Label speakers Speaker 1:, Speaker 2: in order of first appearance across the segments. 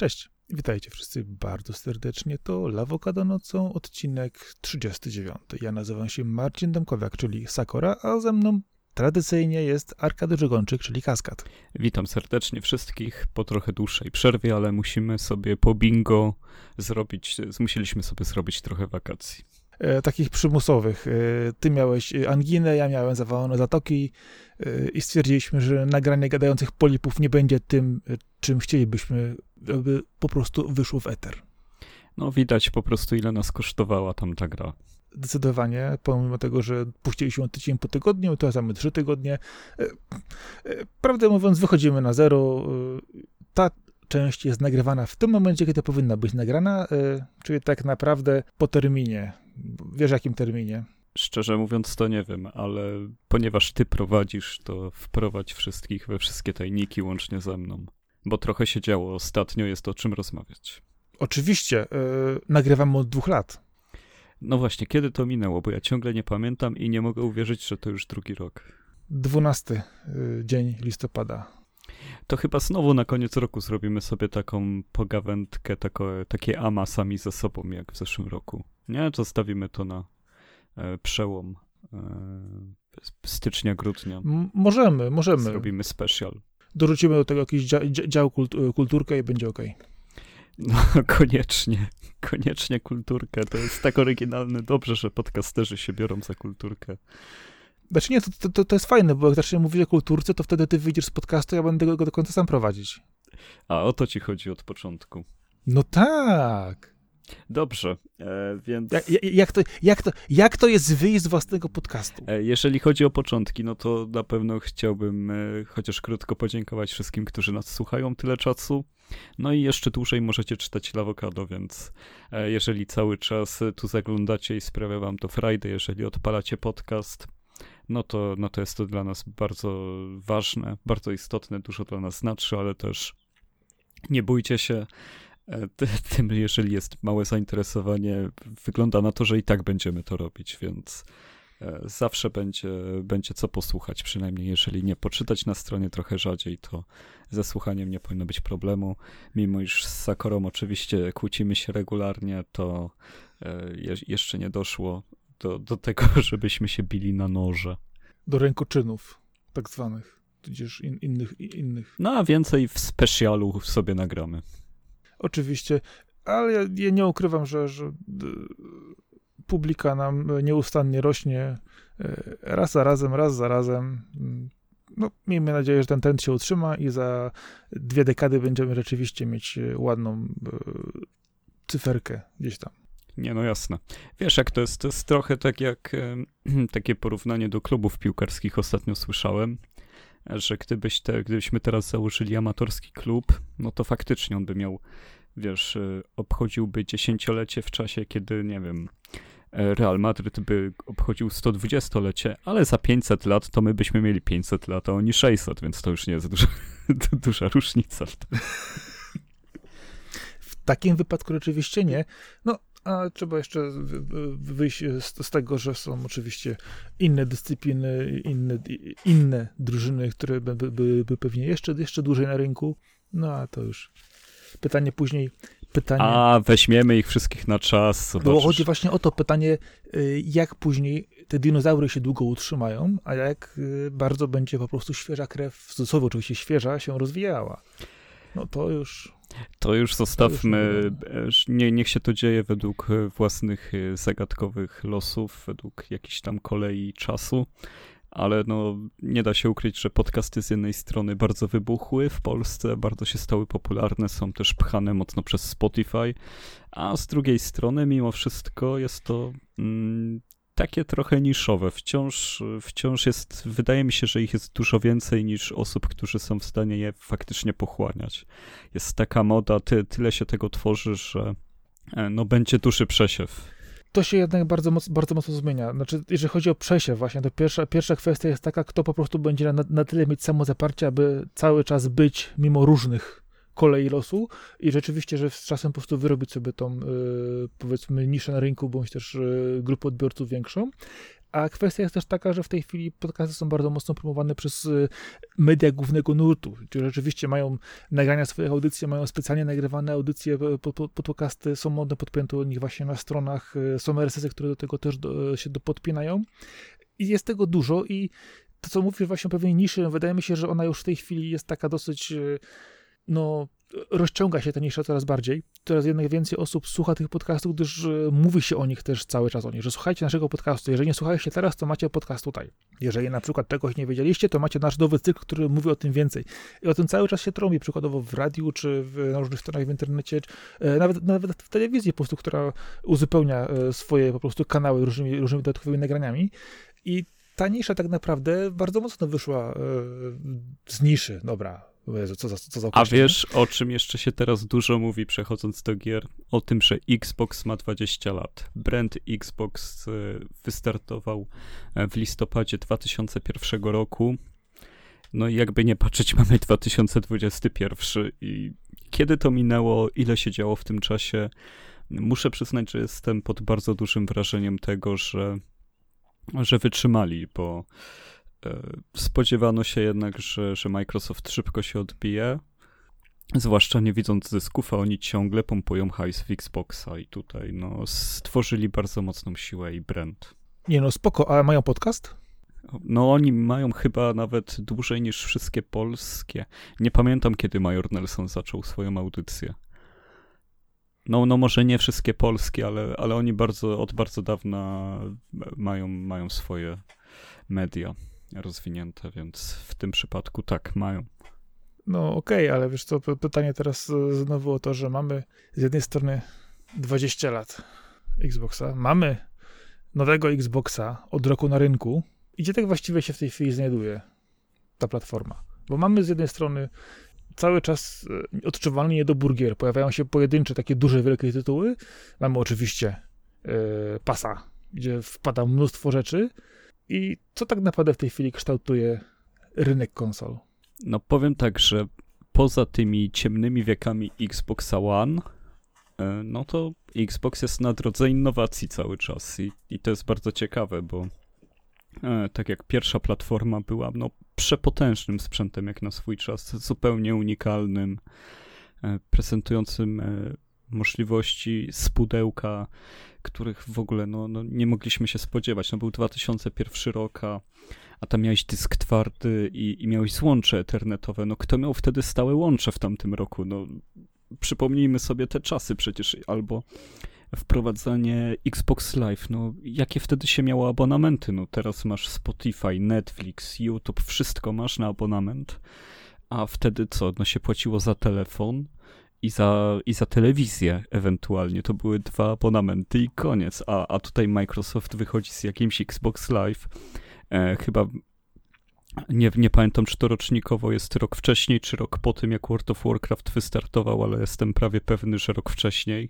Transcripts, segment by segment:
Speaker 1: Cześć, witajcie wszyscy bardzo serdecznie. To Lawokado nocą, odcinek 39. Ja nazywam się Marcin Domkowiak, czyli Sakora, a ze mną tradycyjnie jest Arkady Żegończyk, czyli Kaskad.
Speaker 2: Witam serdecznie wszystkich po trochę dłuższej przerwie, ale musimy sobie po bingo musieliśmy sobie zrobić trochę wakacji.
Speaker 1: Takich przymusowych. Ty miałeś anginę, ja miałem zawalone zatoki i stwierdziliśmy, że nagranie gadających polipów nie będzie tym, czym chcielibyśmy, aby po prostu wyszło w eter.
Speaker 2: No widać po prostu, ile nas kosztowała tam ta gra.
Speaker 1: Zdecydowanie, pomimo tego, że puściliśmy tydzień po tygodniu, to mamy 3 tygodnie. Prawdę mówiąc, wychodzimy na zero. Ta część jest nagrywana w tym momencie, kiedy powinna być nagrana, czyli tak naprawdę po terminie. Wiesz, jakim terminie?
Speaker 2: Szczerze mówiąc, to nie wiem, ale ponieważ ty prowadzisz, to wprowadź wszystkich we wszystkie tajniki łącznie ze mną. Bo trochę się działo ostatnio, jest o czym rozmawiać.
Speaker 1: Oczywiście, nagrywamy od 2 lat.
Speaker 2: No właśnie, kiedy to minęło, bo ja ciągle nie pamiętam i nie mogę uwierzyć, że to już 2. rok.
Speaker 1: 12 dzień listopada.
Speaker 2: To chyba znowu na koniec roku zrobimy sobie taką pogawędkę, takie ama sami ze sobą, jak w zeszłym roku. Nie? Zostawimy to na przełom stycznia, grudnia.
Speaker 1: Możemy.
Speaker 2: Zrobimy special.
Speaker 1: Dorzucimy do tego jakiś dział kulturkę i będzie okej.
Speaker 2: No, koniecznie kulturkę. To jest tak oryginalne. Dobrze, że podcasterzy się biorą za kulturkę.
Speaker 1: Znaczy nie, to jest fajne, bo jak zacznie mówić o kulturce, to wtedy ty wyjdziesz z podcastu, ja będę go do końca sam prowadzić.
Speaker 2: A o to ci chodzi od początku.
Speaker 1: No tak.
Speaker 2: Dobrze, więc...
Speaker 1: Jak to jest wyjść z własnego podcastu?
Speaker 2: Jeżeli chodzi o początki, no to na pewno chciałbym chociaż krótko podziękować wszystkim, którzy nas słuchają tyle czasu. No i jeszcze dłużej możecie czytać Lawokado, więc jeżeli cały czas tu zaglądacie i sprawia wam to frajdę, jeżeli odpalacie podcast, no to jest to dla nas bardzo ważne, bardzo istotne, dużo dla nas znaczy, ale też nie bójcie się, tym jeżeli jest małe zainteresowanie, wygląda na to, że i tak będziemy to robić, więc zawsze będzie co posłuchać, przynajmniej jeżeli nie poczytać na stronie trochę rzadziej, to ze słuchaniem nie powinno być problemu. Mimo iż z Sakorą oczywiście kłócimy się regularnie, to jeszcze nie doszło do tego, żebyśmy się bili na noże.
Speaker 1: Do rękoczynów tak zwanych, tudzież innych.
Speaker 2: No a więcej w specjalu sobie nagramy. Oczywiście,
Speaker 1: ale ja nie ukrywam, że publika nam nieustannie rośnie raz za razem. No, miejmy nadzieję, że ten trend się utrzyma i za 2 dekady będziemy rzeczywiście mieć ładną cyferkę gdzieś tam.
Speaker 2: Nie, no jasne. Wiesz, jak to jest trochę tak jak takie porównanie do klubów piłkarskich ostatnio słyszałem, że gdybyśmy teraz założyli amatorski klub, no to faktycznie on by miał, wiesz, obchodziłby 10-lecie w czasie, kiedy, nie wiem, Real Madryt by obchodził 120-lecie, ale za 500 lat to my byśmy mieli 500 lat, a oni 600, więc to już nie jest duża różnica.
Speaker 1: W takim wypadku rzeczywiście nie. No, a trzeba jeszcze wyjść z tego, że są oczywiście inne dyscypliny, inne drużyny, które by pewnie jeszcze dłużej na rynku. No, a to już pytanie później.
Speaker 2: A, weźmiemy ich wszystkich na czas. Zobaczysz.
Speaker 1: Bo chodzi właśnie o to pytanie, jak później te dinozaury się długo utrzymają, a jak bardzo będzie po prostu świeża krew, w cudzysłowie oczywiście świeża, się rozwijała. No to już
Speaker 2: zostawmy, niech się to dzieje według własnych zagadkowych losów, według jakichś tam kolei czasu, ale no nie da się ukryć, że podcasty z jednej strony bardzo wybuchły w Polsce, bardzo się stały popularne, są też pchane mocno przez Spotify, a z drugiej strony mimo wszystko jest to takie trochę niszowe. Wciąż jest, wydaje mi się, że ich jest dużo więcej niż osób, którzy są w stanie je faktycznie pochłaniać. Jest taka moda, tyle się tego tworzy, że no będzie duży przesiew.
Speaker 1: To się jednak bardzo mocno zmienia. Znaczy, jeżeli chodzi o przesiew właśnie, to pierwsza kwestia jest taka, kto po prostu będzie na tyle mieć samozaparcie, aby cały czas być mimo różnych kolei losu i rzeczywiście, że z czasem po prostu wyrobić sobie tą, powiedzmy, niszę na rynku, bądź też grupę odbiorców większą, A kwestia jest też taka, że w tej chwili podcasty są bardzo mocno promowane przez media głównego nurtu, czyli rzeczywiście mają nagrania swoich audycji, mają specjalnie nagrywane audycje, podcasty, są modne, podpięte o nich właśnie na stronach, są RSS-y, które do tego też się podpinają i jest tego dużo i to, co mówisz właśnie o pewnej niszy, wydaje mi się, że ona już w tej chwili jest taka dosyć, rozciąga się ta nisza coraz bardziej. Teraz jednak więcej osób słucha tych podcastów, gdyż mówi się o nich też cały czas o nich, że słuchajcie naszego podcastu. Jeżeli nie słuchaliście teraz, to macie podcast tutaj. Jeżeli na przykład czegoś nie wiedzieliście, to macie nasz nowy cykl, który mówi o tym więcej. I o tym cały czas się trąbi, przykładowo w radiu, czy na różnych stronach w internecie, nawet w telewizji po prostu, która uzupełnia swoje po prostu kanały różnymi dodatkowymi nagraniami. I ta nisza tak naprawdę bardzo mocno wyszła z niszy. Dobra, Jezu, co za
Speaker 2: A wiesz, o czym jeszcze się teraz dużo mówi, przechodząc do gier? O tym, że Xbox ma 20 lat. Brand Xbox wystartował w listopadzie 2001 roku. No i jakby nie patrzeć, mamy 2021 i kiedy to minęło, ile się działo w tym czasie? Muszę przyznać, że jestem pod bardzo dużym wrażeniem tego, że wytrzymali, bo spodziewano się jednak, że Microsoft szybko się odbije, zwłaszcza nie widząc zysków, a oni ciągle pompują hajs w Xboxa i tutaj stworzyli bardzo mocną siłę i brand.
Speaker 1: Nie spoko, a mają podcast?
Speaker 2: No oni mają chyba nawet dłużej niż wszystkie polskie. Nie pamiętam, kiedy Major Nelson zaczął swoją audycję. No może nie wszystkie polskie, ale oni od bardzo dawna mają swoje media rozwinięte, więc w tym przypadku tak, mają.
Speaker 1: No okej, ale wiesz co, pytanie teraz znowu o to, że mamy z jednej strony 20 lat Xboxa, mamy nowego Xboxa od roku na rynku i gdzie tak właściwie się w tej chwili znajduje ta platforma? Bo mamy z jednej strony cały czas odczuwalny niedobór gier, pojawiają się pojedyncze takie duże, wielkie tytuły, mamy oczywiście pasa, gdzie wpada mnóstwo rzeczy. I co tak naprawdę w tej chwili kształtuje rynek konsol?
Speaker 2: No powiem tak, że poza tymi ciemnymi wiekami Xboxa One, no to Xbox jest na drodze innowacji cały czas i to jest bardzo ciekawe, bo tak jak pierwsza platforma była przepotężnym sprzętem jak na swój czas, zupełnie unikalnym, prezentującym możliwości z pudełka, których w ogóle nie mogliśmy się spodziewać. Był 2001 rok, a tam miałeś dysk twardy i miałeś złącze ethernetowe. Kto miał wtedy stałe łącze w tamtym roku? Przypomnijmy sobie te czasy przecież, albo wprowadzanie Xbox Live, jakie wtedy się miało abonamenty? Teraz masz Spotify, Netflix, YouTube, wszystko masz na abonament, a wtedy co? Się płaciło za telefon i za telewizję ewentualnie. To były 2 abonamenty i koniec. A tutaj Microsoft wychodzi z jakimś Xbox Live. Chyba nie pamiętam, czy to rocznikowo jest rok wcześniej, czy rok po tym, jak World of Warcraft wystartował, ale jestem prawie pewny, że rok wcześniej.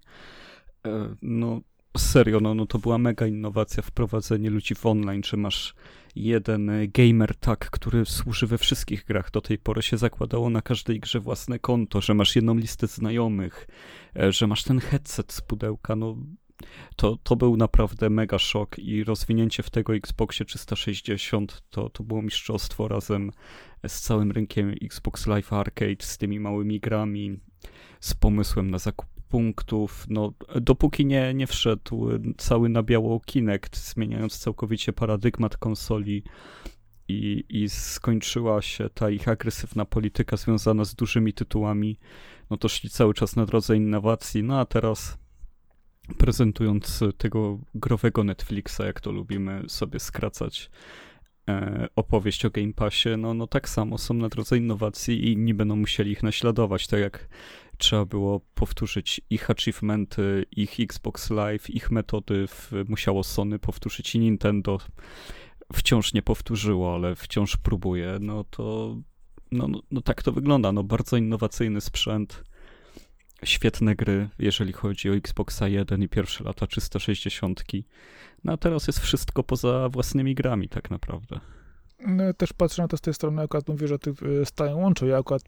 Speaker 2: Serio, to była mega innowacja, wprowadzenie ludzi w online, że masz jeden gamer tag, który służy we wszystkich grach. Do tej pory się zakładało na każdej grze własne konto, że masz jedną listę znajomych, że masz ten headset z pudełka. To był naprawdę mega szok i rozwinięcie w tego Xboxie 360 to było mistrzostwo razem z całym rynkiem Xbox Live Arcade, z tymi małymi grami, z pomysłem na zakup punktów, dopóki nie wszedł cały na biało Kinect, zmieniając całkowicie paradygmat konsoli i skończyła się ta ich agresywna polityka związana z dużymi tytułami, to szli cały czas na drodze innowacji, a teraz prezentując tego growego Netflixa, jak to lubimy sobie skracać opowieść o Game Passie, tak samo są na drodze innowacji i inni będą musieli ich naśladować, tak jak trzeba było powtórzyć ich achievementy, ich Xbox Live, ich metody, musiało Sony powtórzyć i Nintendo wciąż nie powtórzyło, ale wciąż próbuje, to tak to wygląda, bardzo innowacyjny sprzęt, świetne gry, jeżeli chodzi o Xboxa 1 i pierwsze lata 360, a teraz jest wszystko poza własnymi grami tak naprawdę.
Speaker 1: No, też patrzę na to z tej strony, akurat mówię, że ty stałe łącze. Ja akurat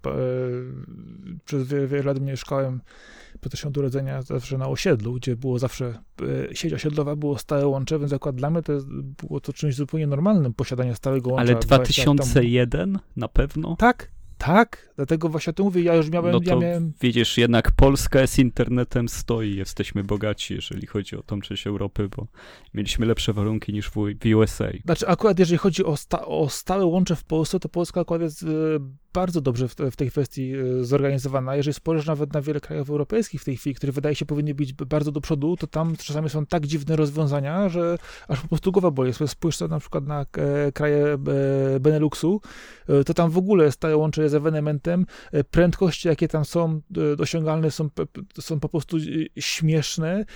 Speaker 1: przez wiele lat mieszkałem po też od urodzenia zawsze na osiedlu, gdzie było zawsze sieć osiedlowa, było stałe łącze, więc akurat dla mnie było to czymś zupełnie normalnym, posiadanie stałego łącza.
Speaker 2: Ale 2001 na pewno?
Speaker 1: Tak, dlatego właśnie to mówię, ja już miałem...
Speaker 2: No to widzisz, jednak Polska z internetem stoi, jesteśmy bogaci, jeżeli chodzi o tą część Europy, bo mieliśmy lepsze warunki niż w USA.
Speaker 1: Znaczy akurat jeżeli chodzi o stałe łącze w Polsce, to Polska akurat jest bardzo dobrze w tej kwestii zorganizowana. Jeżeli spojrzysz nawet na wiele krajów europejskich w tej chwili, które wydaje się powinny być bardzo do przodu, to tam czasami są tak dziwne rozwiązania, że aż po prostu głowa boli. Spójrz na przykład na kraje Beneluxu, to tam w ogóle stałe łącze jest ewenementem. Prędkości, jakie tam są osiągalne, są po prostu śmieszne,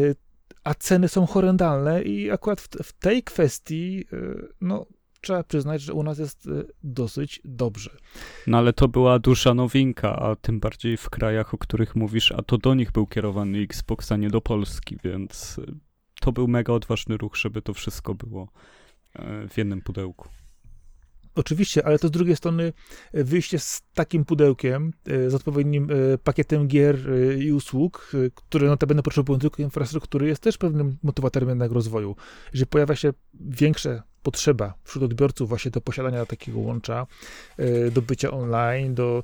Speaker 1: a ceny są horrendalne i akurat w tej kwestii, no, trzeba przyznać, że u nas jest dosyć dobrze.
Speaker 2: No ale to była duża nowinka, a tym bardziej w krajach, o których mówisz, a to do nich był kierowany Xbox, a nie do Polski, więc to był mega odważny ruch, żeby to wszystko było w jednym pudełku.
Speaker 1: Oczywiście, ale to z drugiej strony wyjście z takim pudełkiem, z odpowiednim pakietem gier i usług, które notabene potrzebują tylko infrastruktury, jest też pewnym motywatorem jednak rozwoju. Jeżeli pojawia się większa potrzeba wśród odbiorców właśnie do posiadania takiego łącza, do bycia online, do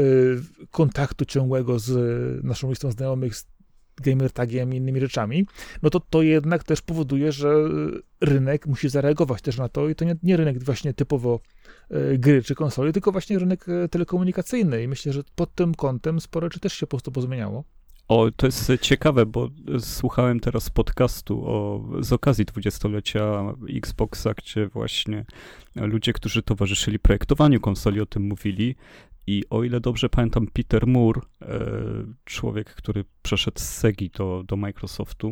Speaker 1: kontaktu ciągłego z naszą listą znajomych, z gamer tagiem i innymi rzeczami, no to jednak też powoduje, że rynek musi zareagować też na to i to nie rynek właśnie typowo gry czy konsoli, tylko właśnie rynek telekomunikacyjny i myślę, że pod tym kątem sporo rzeczy też się po prostu pozmieniało.
Speaker 2: O, to jest ciekawe, bo słuchałem teraz podcastu z okazji 20-lecia Xboxa, gdzie właśnie ludzie, którzy towarzyszyli projektowaniu konsoli, o tym mówili. I o ile dobrze pamiętam, Peter Moore, człowiek, który przeszedł z Segi do Microsoftu,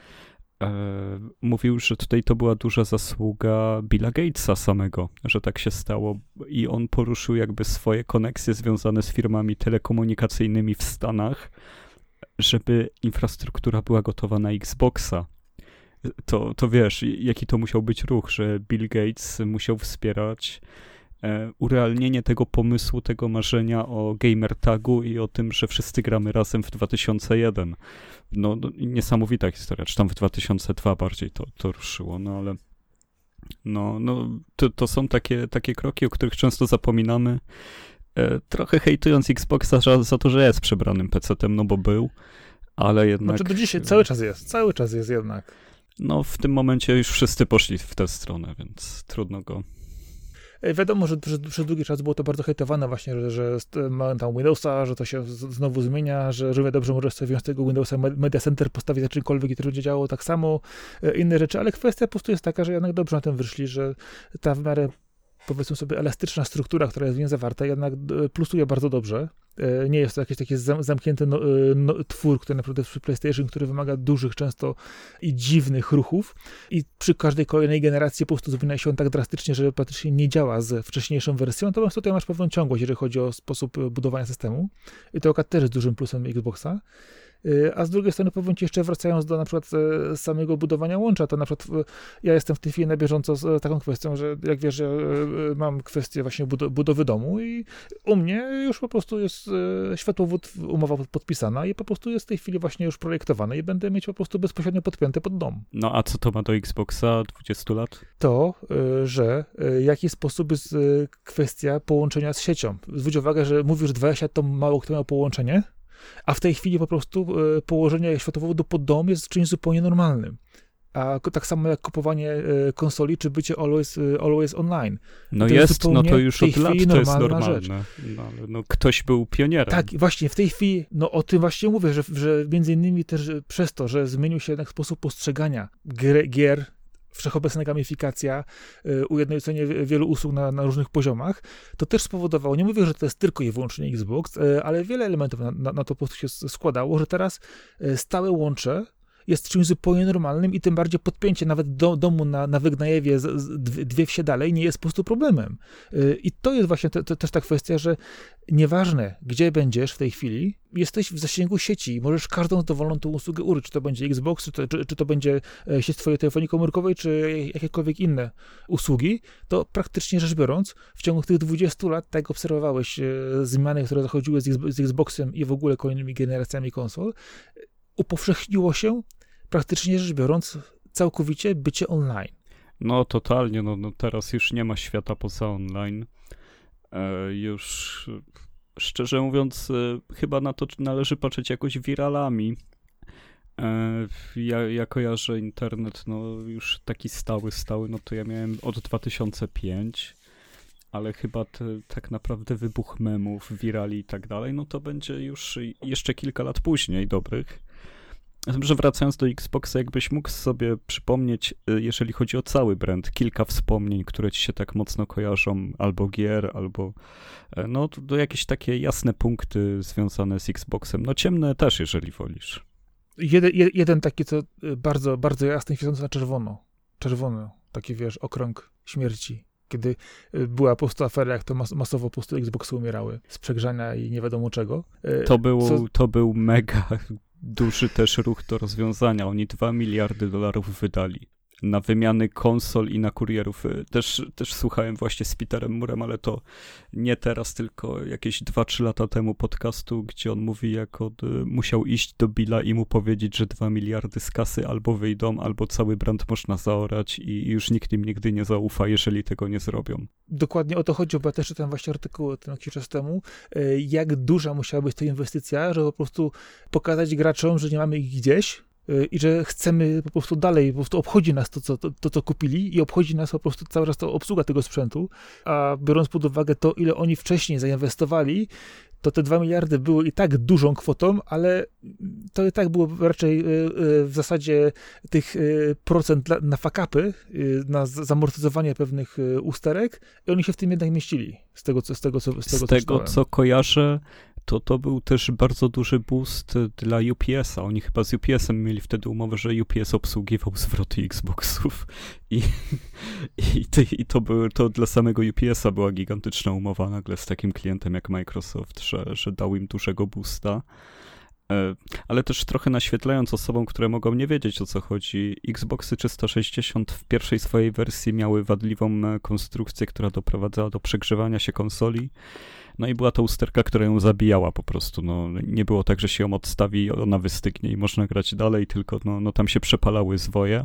Speaker 2: mówił, że tutaj to była duża zasługa Billa Gatesa samego, że tak się stało i on poruszył jakby swoje koneksje związane z firmami telekomunikacyjnymi w Stanach, żeby infrastruktura była gotowa na Xboxa. To wiesz, jaki to musiał być ruch, że Bill Gates musiał wspierać urealnienie tego pomysłu, tego marzenia o gamer tagu i o tym, że wszyscy gramy razem w 2001. No niesamowita historia, czy tam w 2002 bardziej to ruszyło, no ale to są takie kroki, o których często zapominamy. Trochę hejtując Xboxa za to, że jest przebranym PC-tem, no bo był, ale jednak...
Speaker 1: Znaczy do dzisiaj cały czas jest jednak.
Speaker 2: No w tym momencie już wszyscy poszli w tę stronę, więc trudno go...
Speaker 1: Wiadomo, że przez długi czas było to bardzo hejtowane właśnie, że mamy tam Windowsa, że to się znowu zmienia, że równie dobrze możesz sobie wziąć tego Windowsa Media Center, postawić za czymkolwiek i to będzie działało tak samo, inne rzeczy, ale kwestia po prostu jest taka, że jednak dobrze na tym wyszli, że ta w miarę, powiedzmy sobie, elastyczna struktura, która jest w niej zawarta, jednak plusuje bardzo dobrze. Nie jest to jakiś taki zamknięty twór, który naprawdę przy PlayStation, który wymaga dużych często i dziwnych ruchów i przy każdej kolejnej generacji po prostu zmienia się on tak drastycznie, że praktycznie nie działa z wcześniejszą wersją, natomiast tutaj masz pewną ciągłość, jeżeli chodzi o sposób budowania systemu i to też jest dużym plusem Xboxa. A z drugiej strony powiem ci jeszcze, wracając do na przykład samego budowania łącza, to na przykład ja jestem w tej chwili na bieżąco z taką kwestią, że jak wiesz, ja mam kwestię właśnie budowy domu i u mnie już po prostu jest światłowód, umowa podpisana i po prostu jest w tej chwili właśnie już projektowane i będę mieć po prostu bezpośrednio podpięte pod dom.
Speaker 2: No a co to ma do Xboxa 20 lat?
Speaker 1: To, że w jaki sposób jest kwestia połączenia z siecią. Zwróć uwagę, że mówisz, że 20 lat to mało kto miał połączenie, a w tej chwili po prostu położenie światłowodu pod dom jest czymś zupełnie normalnym. A tak samo jak kupowanie konsoli, czy bycie always online.
Speaker 2: No to jest, no to już od lat to jest normalne. No, ktoś był pionierem.
Speaker 1: Tak, właśnie w tej chwili, no o tym właśnie mówię, że między innymi też przez to, że zmienił się jednak sposób postrzegania gier, wszechobecna gamifikacja, ujednolicenie wielu usług na różnych poziomach, to też spowodowało, nie mówię, że to jest tylko i wyłącznie Xbox, ale wiele elementów na to po prostu się składało, że teraz stałe łącze jest czymś zupełnie normalnym i tym bardziej podpięcie nawet domu na Wygnajewie dwie wsie dalej nie jest po prostu problemem. I to jest właśnie też ta kwestia, że nieważne, gdzie będziesz w tej chwili, jesteś w zasięgu sieci i możesz każdą dowolną tą usługę użyć, czy to będzie Xbox, czy to będzie sieć twojej telefonii komórkowej, czy jakiekolwiek inne usługi, to praktycznie rzecz biorąc, w ciągu tych 20 lat, tak obserwowałeś zmiany, które zachodziły z Xboxem i w ogóle kolejnymi generacjami konsol, upowszechniło się praktycznie rzecz biorąc całkowicie bycie online.
Speaker 2: No totalnie, no teraz już nie ma świata poza online. Już szczerze mówiąc, chyba na to należy patrzeć jakoś wiralami. Ja kojarzę internet, no już taki stały, no to ja miałem od 2005, ale chyba tak naprawdę wybuch memów, wirali i tak dalej, no to będzie już jeszcze kilka lat później dobrych. Że wracając do Xboxa, jakbyś mógł sobie przypomnieć, jeżeli chodzi o cały brand, kilka wspomnień, które ci się tak mocno kojarzą, albo gier, albo no to jakieś takie jasne punkty związane z Xboxem, no ciemne też, jeżeli wolisz.
Speaker 1: Jeden taki, co bardzo, bardzo jasny, świecący na czerwono. Czerwony, taki wiesz, okrąg śmierci. Kiedy była po prostu afera, jak to masowo po prostu Xboxy umierały z przegrzania i nie wiadomo czego.
Speaker 2: To był mega duży też ruch do rozwiązania. Oni $2 miliardy wydali na wymiany konsol i na kurierów. Też słuchałem właśnie z Peterem Murem, ale to nie teraz, tylko jakieś 2-3 lata temu podcastu, gdzie on mówi, jak musiał iść do Billa i mu powiedzieć, że 2 miliardy z kasy albo wyjdą, albo cały brand można zaorać i już nikt im nigdy nie zaufa, jeżeli tego nie zrobią.
Speaker 1: Dokładnie o to chodzi, bo ja też czytałem właśnie artykuł jakiś czas temu, jak duża musiała być to inwestycja, żeby po prostu pokazać graczom, że nie mamy ich gdzieś, i że chcemy po prostu dalej, po prostu obchodzi nas to, co kupili i obchodzi nas po prostu cały czas to obsługa tego sprzętu, a biorąc pod uwagę to, ile oni wcześniej zainwestowali, to te 2 miliardy były i tak dużą kwotą, ale to i tak było raczej w zasadzie tych procent na fuck-upy, na zamortyzowanie pewnych usterek i oni się w tym jednak mieścili, z tego
Speaker 2: co kojarzę, to był też bardzo duży boost dla UPS-a. Oni chyba z UPS-em mieli wtedy umowę, że UPS obsługiwał zwroty Xboxów i to dla samego UPS-a była gigantyczna umowa nagle z takim klientem jak Microsoft, że dał im dużego boosta. Ale też trochę naświetlając osobom, które mogą nie wiedzieć, o co chodzi, Xboxy 360 w pierwszej swojej wersji miały wadliwą konstrukcję, która doprowadzała do przegrzewania się konsoli. No i była to usterka, która ją zabijała po prostu. No, nie było tak, że się ją odstawi i ona wystygnie i można grać dalej, tylko no tam się przepalały zwoje.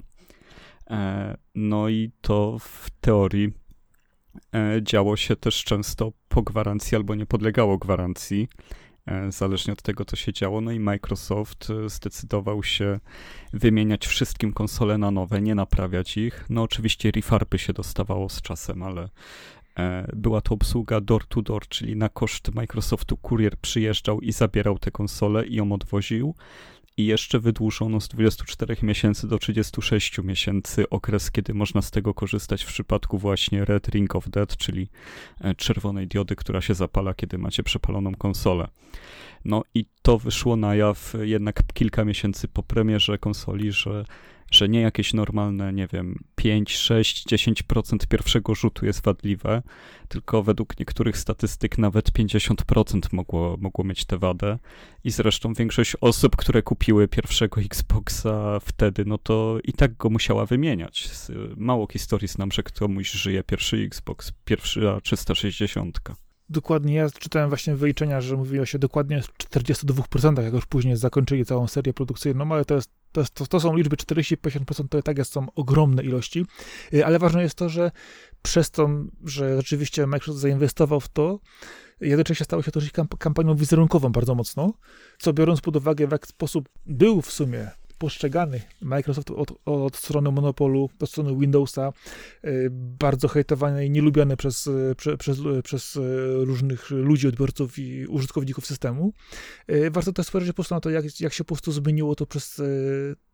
Speaker 2: No i to w teorii działo się też często po gwarancji albo nie podlegało gwarancji. Zależnie od tego, co się działo. No i Microsoft zdecydował się wymieniać wszystkim konsole na nowe, nie naprawiać ich. No oczywiście refarby się dostawało z czasem, ale była to obsługa door to door, czyli na koszt Microsoftu kurier przyjeżdżał i zabierał te konsole i ją odwoził. I jeszcze wydłużono z 24 miesięcy do 36 miesięcy okres, kiedy można z tego korzystać w przypadku właśnie Red Ring of Death, czyli czerwonej diody, która się zapala, kiedy macie przepaloną konsolę. No i to wyszło na jaw jednak kilka miesięcy po premierze konsoli, że nie jakieś normalne, nie wiem, 5, 6, 10% pierwszego rzutu jest wadliwe, tylko według niektórych statystyk nawet 50% mogło mieć tę wadę. I zresztą większość osób, które kupiły pierwszego Xboxa wtedy, no to i tak go musiała wymieniać. Mało historii znam, że komuś żyje pierwszy Xbox, pierwsza 360.
Speaker 1: Dokładnie, ja czytałem właśnie wyliczenia, że mówiło się dokładnie o 42%, jak już później zakończyli całą serię produkcyjną, ale to są liczby 40-50%, to i tak są ogromne ilości, ale ważne jest to, że przez to, że rzeczywiście Microsoft zainwestował w to, jednocześnie stało się to kampanią wizerunkową bardzo mocno, co biorąc pod uwagę, w jaki sposób był w sumie postrzegany Microsoft od strony monopolu, od strony Windowsa, bardzo hejtowany i nielubiany przez różnych ludzi, odbiorców i użytkowników systemu. Warto też spojrzeć po prostu na to, jak się po prostu zmieniło to przez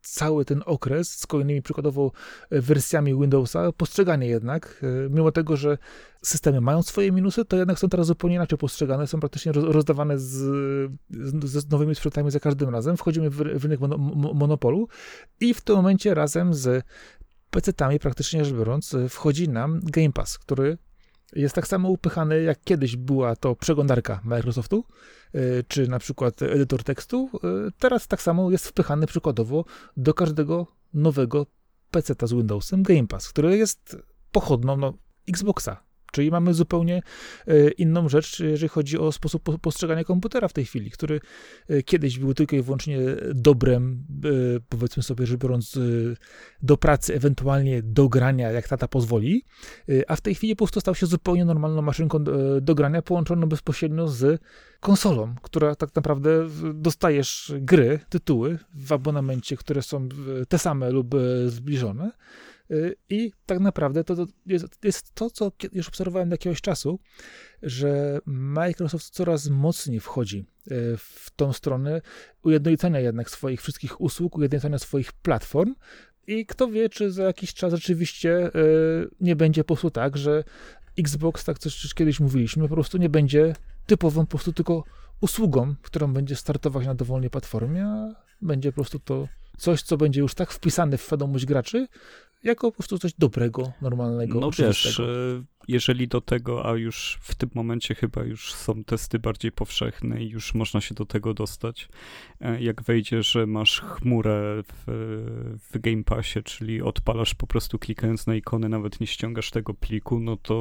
Speaker 1: cały ten okres z kolejnymi przykładowo wersjami Windowsa postrzeganie jednak, mimo tego, że systemy mają swoje minusy, to jednak są teraz zupełnie inaczej postrzegane, są praktycznie rozdawane z nowymi sprzętami za każdym razem. Wchodzimy w rynek monopolu i w tym momencie razem z PC-tami praktycznie rzecz biorąc wchodzi nam Game Pass, który jest tak samo upychany, jak kiedyś była to przeglądarka Microsoftu, czy na przykład edytor tekstu. Teraz tak samo jest wpychany przykładowo do każdego nowego PC-ta z Windowsem Game Pass, który jest pochodną Xboxa. Czyli mamy zupełnie inną rzecz, jeżeli chodzi o sposób postrzegania komputera w tej chwili, który kiedyś był tylko i wyłącznie dobrem, powiedzmy sobie, że biorąc do pracy, ewentualnie do grania, jak tata pozwoli, a w tej chwili po prostu stał się zupełnie normalną maszynką do grania, połączoną bezpośrednio z konsolą, która tak naprawdę dostajesz gry, tytuły w abonamencie, które są te same lub zbliżone. I tak naprawdę to jest to, co już obserwowałem od jakiegoś czasu, że Microsoft coraz mocniej wchodzi w tą stronę ujednolicania jednak swoich wszystkich usług, ujednolicania swoich platform i kto wie, czy za jakiś czas rzeczywiście nie będzie po prostu tak, że Xbox, tak coś kiedyś mówiliśmy, po prostu nie będzie typową po prostu tylko usługą, którą będzie startować na dowolnej platformie, a będzie po prostu to coś, co będzie już tak wpisane w świadomość graczy, jako po prostu coś dobrego, normalnego.
Speaker 2: No wiesz, jeżeli do tego, a już w tym momencie chyba już są testy bardziej powszechne i już można się do tego dostać, jak wejdzie, że masz chmurę w Game Passie, czyli odpalasz po prostu klikając na ikony, nawet nie ściągasz tego pliku,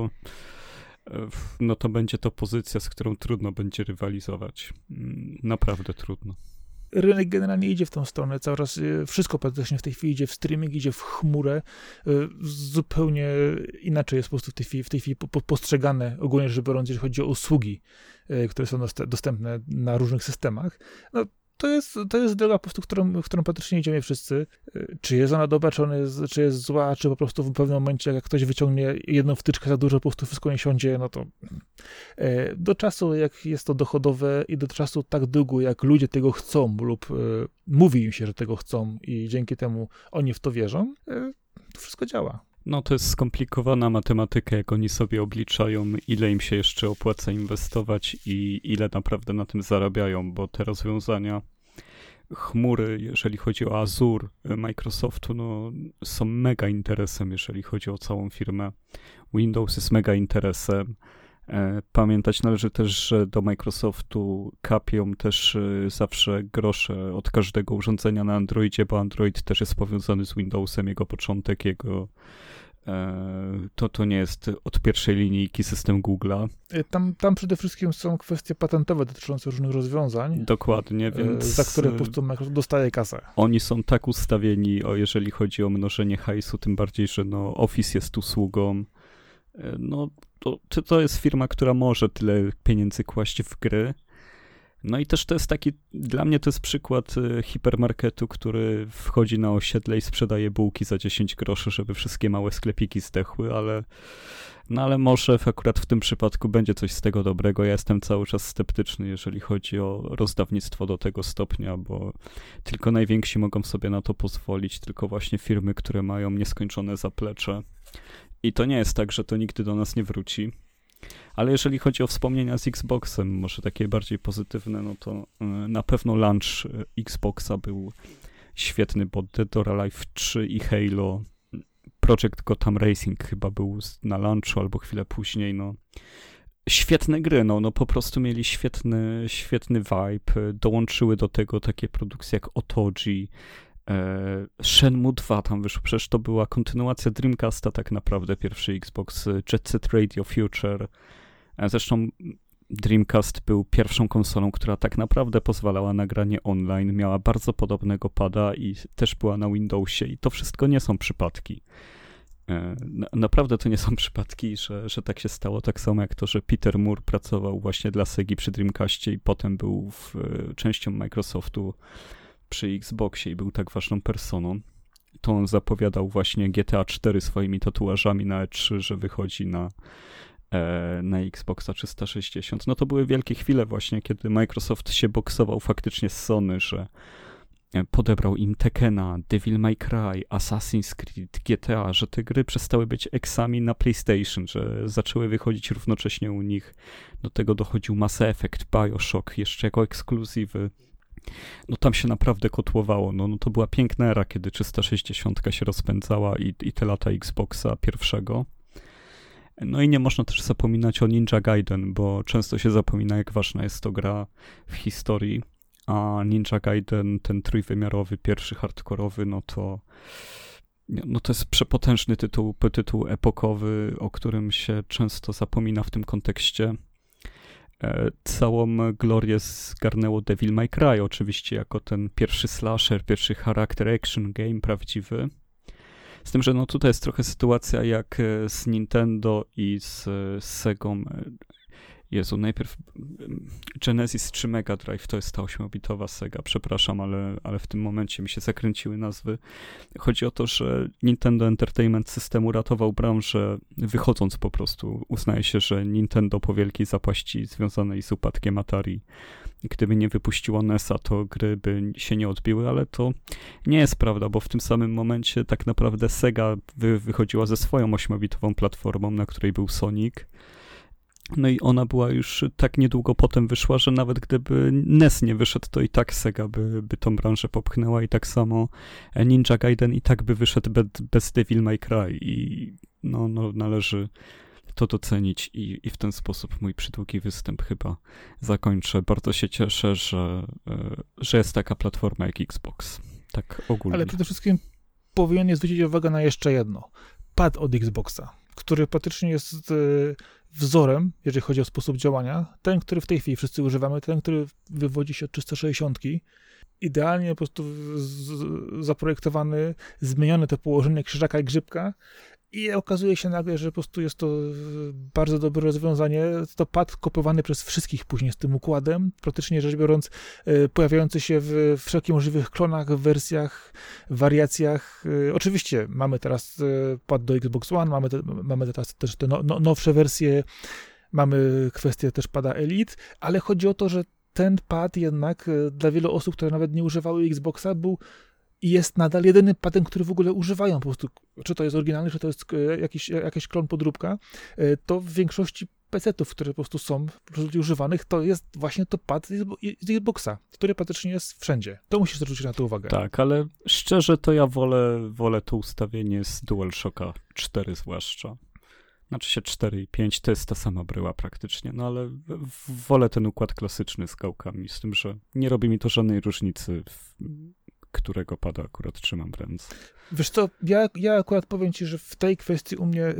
Speaker 2: no to będzie to pozycja, z którą trudno będzie rywalizować. Naprawdę trudno.
Speaker 1: Rynek generalnie idzie w tą stronę, cały czas wszystko praktycznie w tej chwili idzie w streaming, idzie w chmurę, zupełnie inaczej jest po prostu w tej chwili postrzegane, ogólnie rzecz biorąc, jeżeli chodzi o usługi, które są dostępne na różnych systemach. No, to jest droga, po prostu, którą praktycznie idziemy wszyscy. Czy jest ona dobra, czy jest zła, czy po prostu w pewnym momencie, jak ktoś wyciągnie jedną wtyczkę za dużo, po prostu wszystko nie siądzie, no to do czasu, jak jest to dochodowe i do czasu tak długo, jak ludzie tego chcą lub mówi im się, że tego chcą i dzięki temu oni w to wierzą, to wszystko działa.
Speaker 2: No to jest skomplikowana matematyka, jak oni sobie obliczają, ile im się jeszcze opłaca inwestować i ile naprawdę na tym zarabiają, bo te rozwiązania chmury, jeżeli chodzi o Azure Microsoftu, no są mega interesem, jeżeli chodzi o całą firmę. Windows jest mega interesem. Pamiętać należy też, że do Microsoftu kapią też zawsze grosze od każdego urządzenia na Androidzie, bo Android też jest powiązany z Windowsem, jego początek, to nie jest od pierwszej linijki system Google'a.
Speaker 1: Tam przede wszystkim są kwestie patentowe dotyczące różnych rozwiązań.
Speaker 2: Dokładnie, więc...
Speaker 1: Za które po prostu Microsoft dostaje kasę.
Speaker 2: Oni są tak ustawieni, jeżeli chodzi o mnożenie hajsu, tym bardziej, że no, Office jest usługą. No, to jest firma, która może tyle pieniędzy kłaść w gry. No i też to jest taki, dla mnie to jest przykład hipermarketu, który wchodzi na osiedle i sprzedaje bułki za 10 groszy, żeby wszystkie małe sklepiki zdechły, ale może akurat w tym przypadku będzie coś z tego dobrego. Ja jestem cały czas sceptyczny, jeżeli chodzi o rozdawnictwo do tego stopnia, bo tylko najwięksi mogą sobie na to pozwolić, tylko właśnie firmy, które mają nieskończone zaplecze. I to nie jest tak, że to nigdy do nas nie wróci. Ale jeżeli chodzi o wspomnienia z Xboxem, może takie bardziej pozytywne, no to na pewno launch Xboxa był świetny, bo Dead or Alive 3 i Halo, Project Gotham Racing chyba był na launchu albo chwilę później, no. Świetne gry, no po prostu mieli świetny vibe, dołączyły do tego takie produkcje jak Otogi, Shenmue 2 tam wyszło, przecież to była kontynuacja Dreamcasta tak naprawdę, pierwszy Xbox, Jet Set Radio Future, zresztą Dreamcast był pierwszą konsolą, która tak naprawdę pozwalała na granie online, miała bardzo podobnego pada i też była na Windowsie i to wszystko nie są przypadki. Naprawdę to nie są przypadki, że tak się stało, tak samo jak to, że Peter Moore pracował właśnie dla Segi przy Dreamcastie i potem był częścią Microsoftu przy Xboxie i był tak ważną personą. To on zapowiadał właśnie GTA 4 swoimi tatuażami na E3, że wychodzi na Xboxa 360. No to były wielkie chwile właśnie, kiedy Microsoft się boksował faktycznie z Sony, że podebrał im Tekkena, Devil May Cry, Assassin's Creed, GTA, że te gry przestały być eksami na PlayStation, że zaczęły wychodzić równocześnie u nich. Do tego dochodził Mass Effect, BioShock, jeszcze jako ekskluzywy. No tam się naprawdę kotłowało. No to była piękna era, kiedy 360 się rozpędzała i te lata Xboxa pierwszego. No i nie można też zapominać o Ninja Gaiden, bo często się zapomina, jak ważna jest to gra w historii. A Ninja Gaiden, ten trójwymiarowy, pierwszy hardkorowy, no to jest przepotężny tytuł epokowy, o którym się często zapomina w tym kontekście. Całą glorię zgarnęło Devil May Cry, oczywiście jako ten pierwszy slasher, pierwszy character action game prawdziwy. Z tym, że no tutaj jest trochę sytuacja jak z Nintendo i z Segą. Jezu, najpierw Genesis czy Mega Drive to jest ta 8-bitowa Sega, przepraszam, ale w tym momencie mi się zakręciły nazwy. Chodzi o to, że Nintendo Entertainment System uratował branżę, wychodząc po prostu. Uznaje się, że Nintendo po wielkiej zapaści związanej z upadkiem Atari, gdyby nie wypuściło NES-a, to gry by się nie odbiły, ale to nie jest prawda, bo w tym samym momencie tak naprawdę Sega wychodziła ze swoją 8-bitową platformą, na której był Sonic. No i ona była już tak niedługo potem wyszła, że nawet gdyby NES nie wyszedł, to i tak Sega by tą branżę popchnęła i tak samo Ninja Gaiden i tak by wyszedł bez Devil May Cry i no należy to docenić i w ten sposób mój przydługi występ chyba zakończę. Bardzo się cieszę, że jest taka platforma jak Xbox. Tak ogólnie.
Speaker 1: Ale przede wszystkim powinien zwrócić uwagę na jeszcze jedno. Pad od Xboxa, który praktycznie jest wzorem, jeżeli chodzi o sposób działania. Ten, który w tej chwili wszyscy używamy, ten, który wywodzi się od 360. Idealnie po prostu zaprojektowany, zmienione to położenie krzyżaka i grzybka i okazuje się nagle, że po prostu jest to bardzo dobre rozwiązanie. To pad kopiowany przez wszystkich później z tym układem, praktycznie rzecz biorąc pojawiający się w wszelkich możliwych klonach, wersjach, wariacjach. Oczywiście mamy teraz pad do Xbox One, mamy teraz też te nowsze wersje, mamy kwestię też pada Elite, ale chodzi o to, że ten pad jednak dla wielu osób, które nawet nie używały Xboxa, był i jest nadal jedynym padem, który w ogóle używają po prostu, czy to jest oryginalny, czy to jest jakiś klon podróbka, to w większości PC-ów, które po prostu są używanych, to jest właśnie to pad z Xboxa, który praktycznie jest wszędzie. To musisz zwrócić na to uwagę.
Speaker 2: Tak, ale szczerze to ja wolę to ustawienie z DualShocka 4 zwłaszcza. Znaczy się 4 i 5, to jest ta sama bryła praktycznie, no ale wolę ten układ klasyczny z gałkami, z tym, że nie robi mi to żadnej różnicy, którego pada akurat trzymam w ręce.
Speaker 1: Wiesz co, ja akurat powiem ci, że w tej kwestii u mnie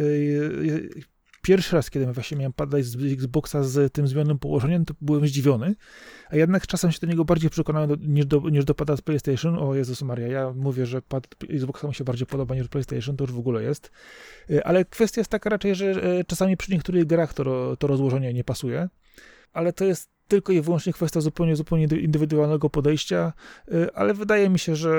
Speaker 1: pierwszy raz, kiedy właśnie miałem pada z Xboxa z tym zmienionym położeniem, to byłem zdziwiony, a jednak czasem się do niego bardziej przekonałem niż do pada z PlayStation. O Jezus Maria, ja mówię, że pad Xboxa mi się bardziej podoba niż PlayStation, to już w ogóle jest. Ale kwestia jest taka raczej, że czasami przy niektórych grach to rozłożenie nie pasuje, ale to jest tylko i wyłącznie kwestia zupełnie indywidualnego podejścia, ale wydaje mi się, że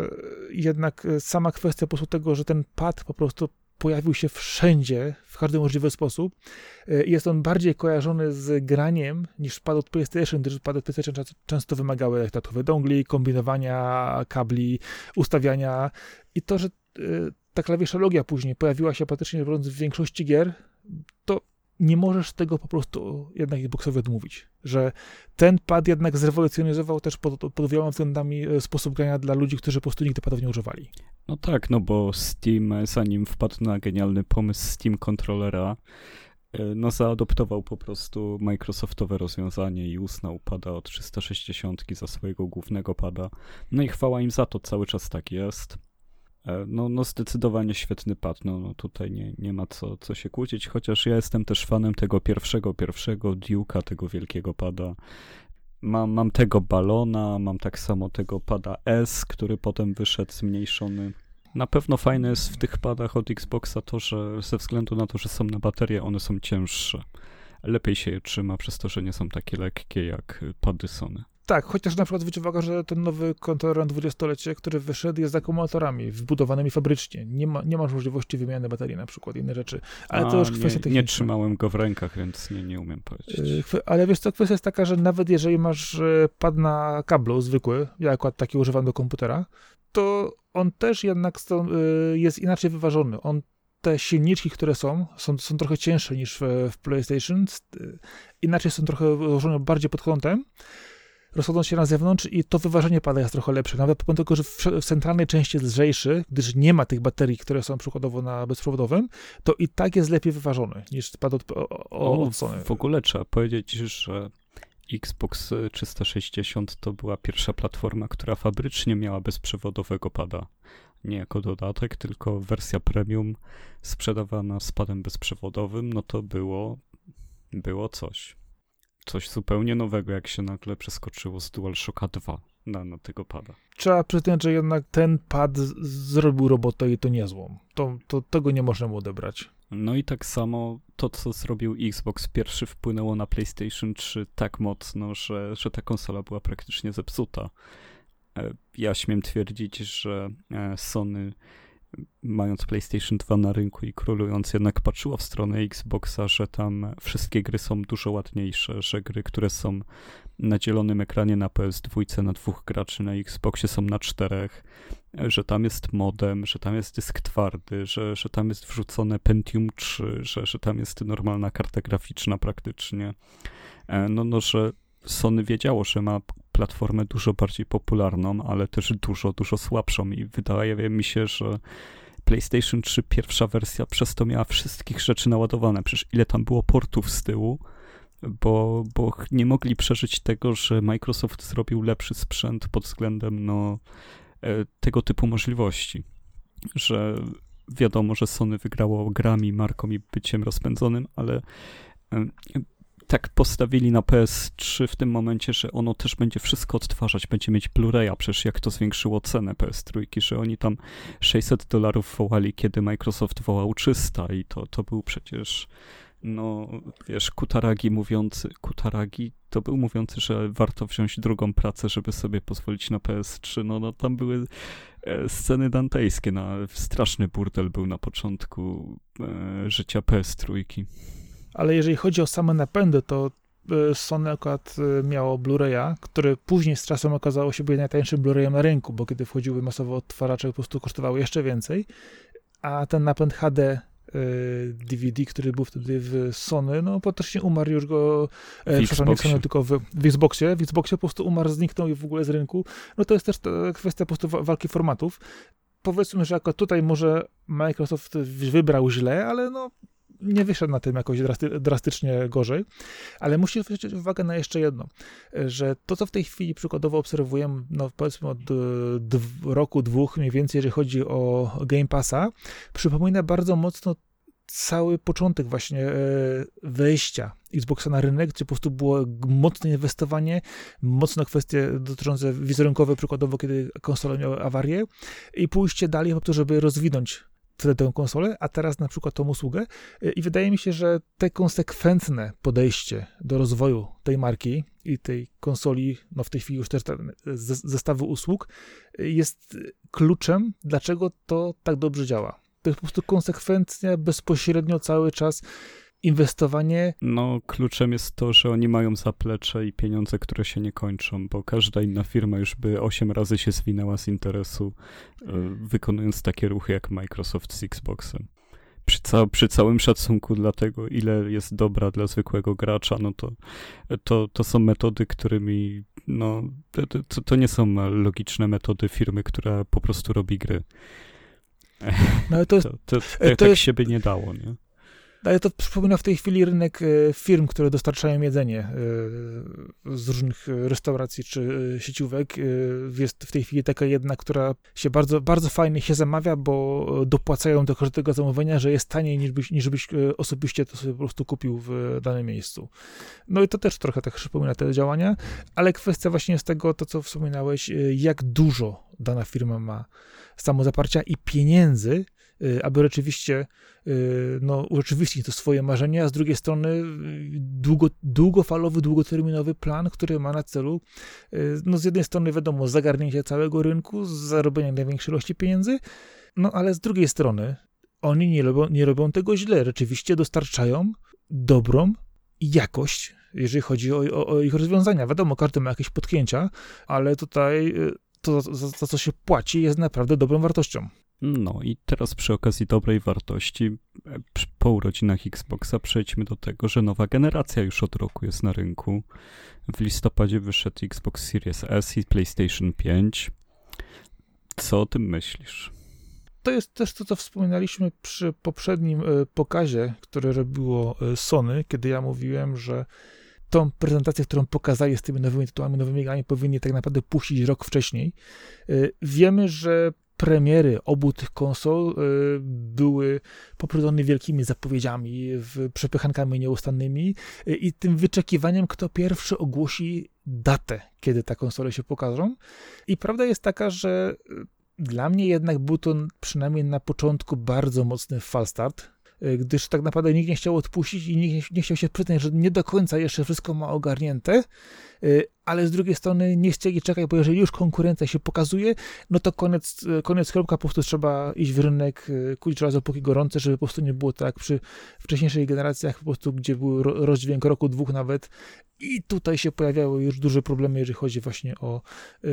Speaker 1: jednak sama kwestia po prostu tego, że ten pad po prostu pojawił się wszędzie, w każdy możliwy sposób. Jest on bardziej kojarzony z graniem niż pad od PlayStation, gdyż pady od PlayStation często wymagały dodatkowych dongli, kombinowania kabli, ustawiania i to, że ta klawiszologia później pojawiła się praktycznie w większości gier, to nie możesz tego po prostu jednak Xboxowi odmówić, że ten pad jednak zrewolucjonizował też pod wieloma względami sposób grania dla ludzi, którzy po prostu nigdy padów nie używali.
Speaker 2: No tak, no bo Steam, zanim wpadł na genialny pomysł Steam Controllera, no zaadoptował po prostu Microsoftowe rozwiązanie i uznał pada od 360 za swojego głównego pada. No i chwała im za to, cały czas tak jest. No zdecydowanie świetny pad, no tutaj nie ma co się kłócić, chociaż ja jestem też fanem tego pierwszego Duke'a, tego wielkiego pada. Mam tego balona, mam tak samo tego pada S, który potem wyszedł zmniejszony. Na pewno fajne jest w tych padach od Xboxa to, że ze względu na to, że są na baterię, one są cięższe. Lepiej się je trzyma przez to, że nie są takie lekkie jak pady Sony.
Speaker 1: Tak, chociaż na przykład zwróć uwagę, że ten nowy kontroler na 20-lecie, który wyszedł, jest z akumulatorami wbudowanymi fabrycznie. Nie masz możliwości wymiany baterii na przykład, inne rzeczy. Ale to już kwestia techniczna.
Speaker 2: Nie trzymałem go w rękach, więc nie umiem powiedzieć.
Speaker 1: Ale wiesz co, kwestia jest taka, że nawet jeżeli masz pad na kablu zwykły, ja akurat taki używam do komputera, to on też jednak jest inaczej wyważony. Te silniczki, które są trochę cięższe niż w PlayStation, inaczej są trochę ułożone bardziej pod kątem, rozchodzą się na zewnątrz i to wyważenie pada jest trochę lepsze. Nawet pomimo tego, że w centralnej części jest lżejszy, gdyż nie ma tych baterii, które są przykładowo na bezprzewodowym, to i tak jest lepiej wyważony niż pad od Sony.
Speaker 2: W ogóle trzeba powiedzieć, że Xbox 360 to była pierwsza platforma, która fabrycznie miała bezprzewodowego pada. Nie jako dodatek, tylko wersja premium sprzedawana z padem bezprzewodowym, no to było coś. Coś zupełnie nowego, jak się nagle przeskoczyło z DualShocka 2 na tego pada.
Speaker 1: Trzeba przyznać, że jednak ten pad zrobił robotę i to niezłą. Tego nie można mu odebrać.
Speaker 2: No i tak samo to, co zrobił Xbox pierwszy, wpłynęło na PlayStation 3 tak mocno, że ta konsola była praktycznie zepsuta. Ja śmiem twierdzić, że Sony, mając PlayStation 2 na rynku i królując, jednak patrzyło w stronę Xboxa, że tam wszystkie gry są dużo ładniejsze, że gry, które są na dzielonym ekranie na PS2 na 2 graczy, na Xboxie są na 4, że tam jest modem, że tam jest dysk twardy, że tam jest wrzucone Pentium 3, że tam jest normalna karta graficzna praktycznie. Że Sony wiedziało, że ma platformę dużo bardziej popularną, ale też dużo słabszą i wydaje mi się, że PlayStation 3 pierwsza wersja przez to miała wszystkich rzeczy naładowane. Przecież ile tam było portów z tyłu, bo nie mogli przeżyć tego, że Microsoft zrobił lepszy sprzęt pod względem tego typu możliwości. Że wiadomo, że Sony wygrało grami, marką i byciem rozpędzonym, ale tak postawili na PS3 w tym momencie, że ono też będzie wszystko odtwarzać, będzie mieć Blu-raya, przecież jak to zwiększyło cenę PS3, że oni tam $600 wołali, kiedy Microsoft wołał 300 i to był przecież, Kutaragi to był mówiący, że warto wziąć drugą pracę, żeby sobie pozwolić na PS3, tam były sceny dantejskie, straszny burdel był na początku życia PS3.
Speaker 1: Ale jeżeli chodzi o same napędy, to Sony akurat miało Blu-raya, który później z czasem okazało się być najtańszym Blu-rayem na rynku, bo kiedy wchodziły masowo odtwarzacze, po prostu kosztowały jeszcze więcej, a ten napęd HD DVD, który był wtedy w Sony, praktycznie umarł już go, przepraszam, nie w Sony, tylko w Xboxie. W Xboxie po prostu umarł, zniknął i w ogóle z rynku. To jest też kwestia po prostu walki formatów. Powiedzmy, że akurat tutaj może Microsoft wybrał źle, ale nie wyszedł na tym jakoś drastycznie gorzej, ale musisz zwrócić uwagę na jeszcze jedno, że to, co w tej chwili przykładowo obserwujemy, powiedzmy od roku, dwóch mniej więcej, jeżeli chodzi o Game Passa, przypomina bardzo mocno cały początek właśnie wejścia Xboxa na rynek, gdzie po prostu było mocne inwestowanie, mocno kwestie dotyczące wizerunkowe, przykładowo, kiedy konsole miały awarię i pójście dalej po to, żeby rozwinąć wtedy tę konsolę, a teraz na przykład tą usługę i wydaje mi się, że te konsekwentne podejście do rozwoju tej marki i tej konsoli, w tej chwili już też zestawu usług jest kluczem, dlaczego to tak dobrze działa. To jest po prostu konsekwencja, bezpośrednio cały czas inwestowanie.
Speaker 2: Kluczem jest to, że oni mają zaplecze i pieniądze, które się nie kończą, bo każda inna firma już by 8 razy się zwinęła z interesu, wykonując takie ruchy jak Microsoft z Xboxem. Przy całym szacunku dla tego, ile jest dobra dla zwykłego gracza, to są metody, którymi, to nie są logiczne metody firmy, która po prostu robi gry. Tak się by nie dało, nie?
Speaker 1: Ale to przypomina w tej chwili rynek firm, które dostarczają jedzenie z różnych restauracji czy sieciówek. Jest w tej chwili taka jedna, która się bardzo, bardzo fajnie się zamawia, bo dopłacają do każdego zamówienia, że jest taniej niż byś osobiście to sobie po prostu kupił w danym miejscu. I to też trochę tak przypomina te działania, ale kwestia właśnie jest tego, to co wspominałeś, jak dużo dana firma ma samozaparcia i pieniędzy, aby rzeczywiście urzeczywistnić to swoje marzenia, a z drugiej strony długofalowy, długoterminowy plan, który ma na celu z jednej strony wiadomo zagarnięcie całego rynku, zarobienie największej ilości pieniędzy, ale z drugiej strony oni nie robią tego źle, rzeczywiście dostarczają dobrą jakość, jeżeli chodzi o ich rozwiązania. Wiadomo, każdy ma jakieś potknięcia, ale tutaj to, za co się płaci, jest naprawdę dobrą wartością.
Speaker 2: No i teraz przy okazji dobrej wartości, po urodzinach Xboxa przejdźmy do tego, że nowa generacja już od roku jest na rynku. W listopadzie wyszedł Xbox Series S i PlayStation 5. Co o tym myślisz?
Speaker 1: To jest też to, co wspominaliśmy przy poprzednim pokazie, które robiło Sony, kiedy ja mówiłem, że tą prezentację, którą pokazali z tymi nowymi tytułami, nowymi grami, powinni tak naprawdę puścić rok wcześniej. Wiemy, że premiery obu tych konsol były poprzedzone wielkimi zapowiedziami, przepychankami nieustannymi i tym wyczekiwaniem, kto pierwszy ogłosi datę, kiedy te konsole się pokażą. I prawda jest taka, że dla mnie jednak był to przynajmniej na początku bardzo mocny false start, gdyż tak naprawdę nikt nie chciał odpuścić i nikt nie chciał się przyznać, że nie do końca jeszcze wszystko ma ogarnięte, ale z drugiej strony nie chcieli czekać, bo jeżeli już konkurencja się pokazuje, no to koniec kropka, po prostu trzeba iść w rynek, kulić razu póki gorące, żeby po prostu nie było tak jak przy wcześniejszych generacjach, po prostu gdzie był rozdźwięk roku, dwóch nawet i tutaj się pojawiały już duże problemy, jeżeli chodzi właśnie o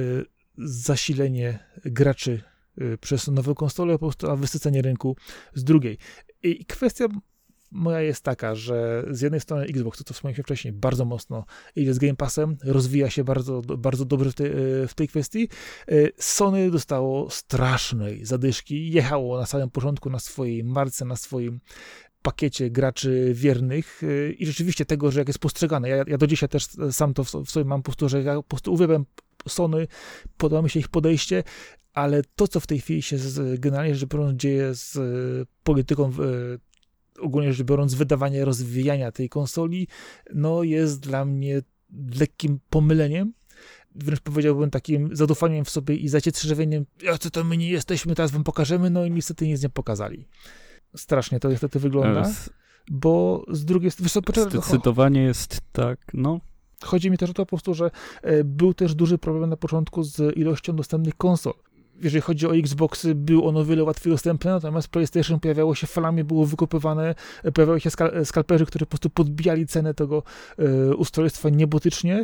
Speaker 1: zasilenie graczy przez nowe konsole, po prostu, a wysycenie rynku z drugiej. I kwestia moja jest taka, że z jednej strony Xbox, to co wspomniałem wcześniej, bardzo mocno idzie z Game Passem, rozwija się bardzo, bardzo dobrze w tej kwestii. Sony dostało strasznej zadyszki, jechało na samym początku na swojej marce, na swoim pakiecie graczy wiernych i rzeczywiście tego, że jak jest postrzegane, ja do dzisiaj też sam to w sobie mam po prostu, że ja po prostu uwielbiam Sony, podoba mi się ich podejście, ale to, co w tej chwili się generalnie rzecz biorąc dzieje z polityką, ogólnie rzecz biorąc, wydawania, rozwijania tej konsoli, jest dla mnie lekkim pomyleniem, wręcz powiedziałbym takim zadufaniem w sobie i zacietrzewieniem, co to my nie jesteśmy, teraz wam pokażemy, i niestety nic nie pokazali. Strasznie to niestety wygląda, bo z drugiej strony...
Speaker 2: Zdecydowanie jest tak,
Speaker 1: Chodzi mi też o to po prostu, że był też duży problem na początku z ilością dostępnych konsol. Jeżeli chodzi o Xboxy, był on o wiele łatwiej dostępny, natomiast PlayStation pojawiało się falami, było wykupywane, pojawiały się skalperzy, którzy po prostu podbijali cenę tego ustrojstwa niebotycznie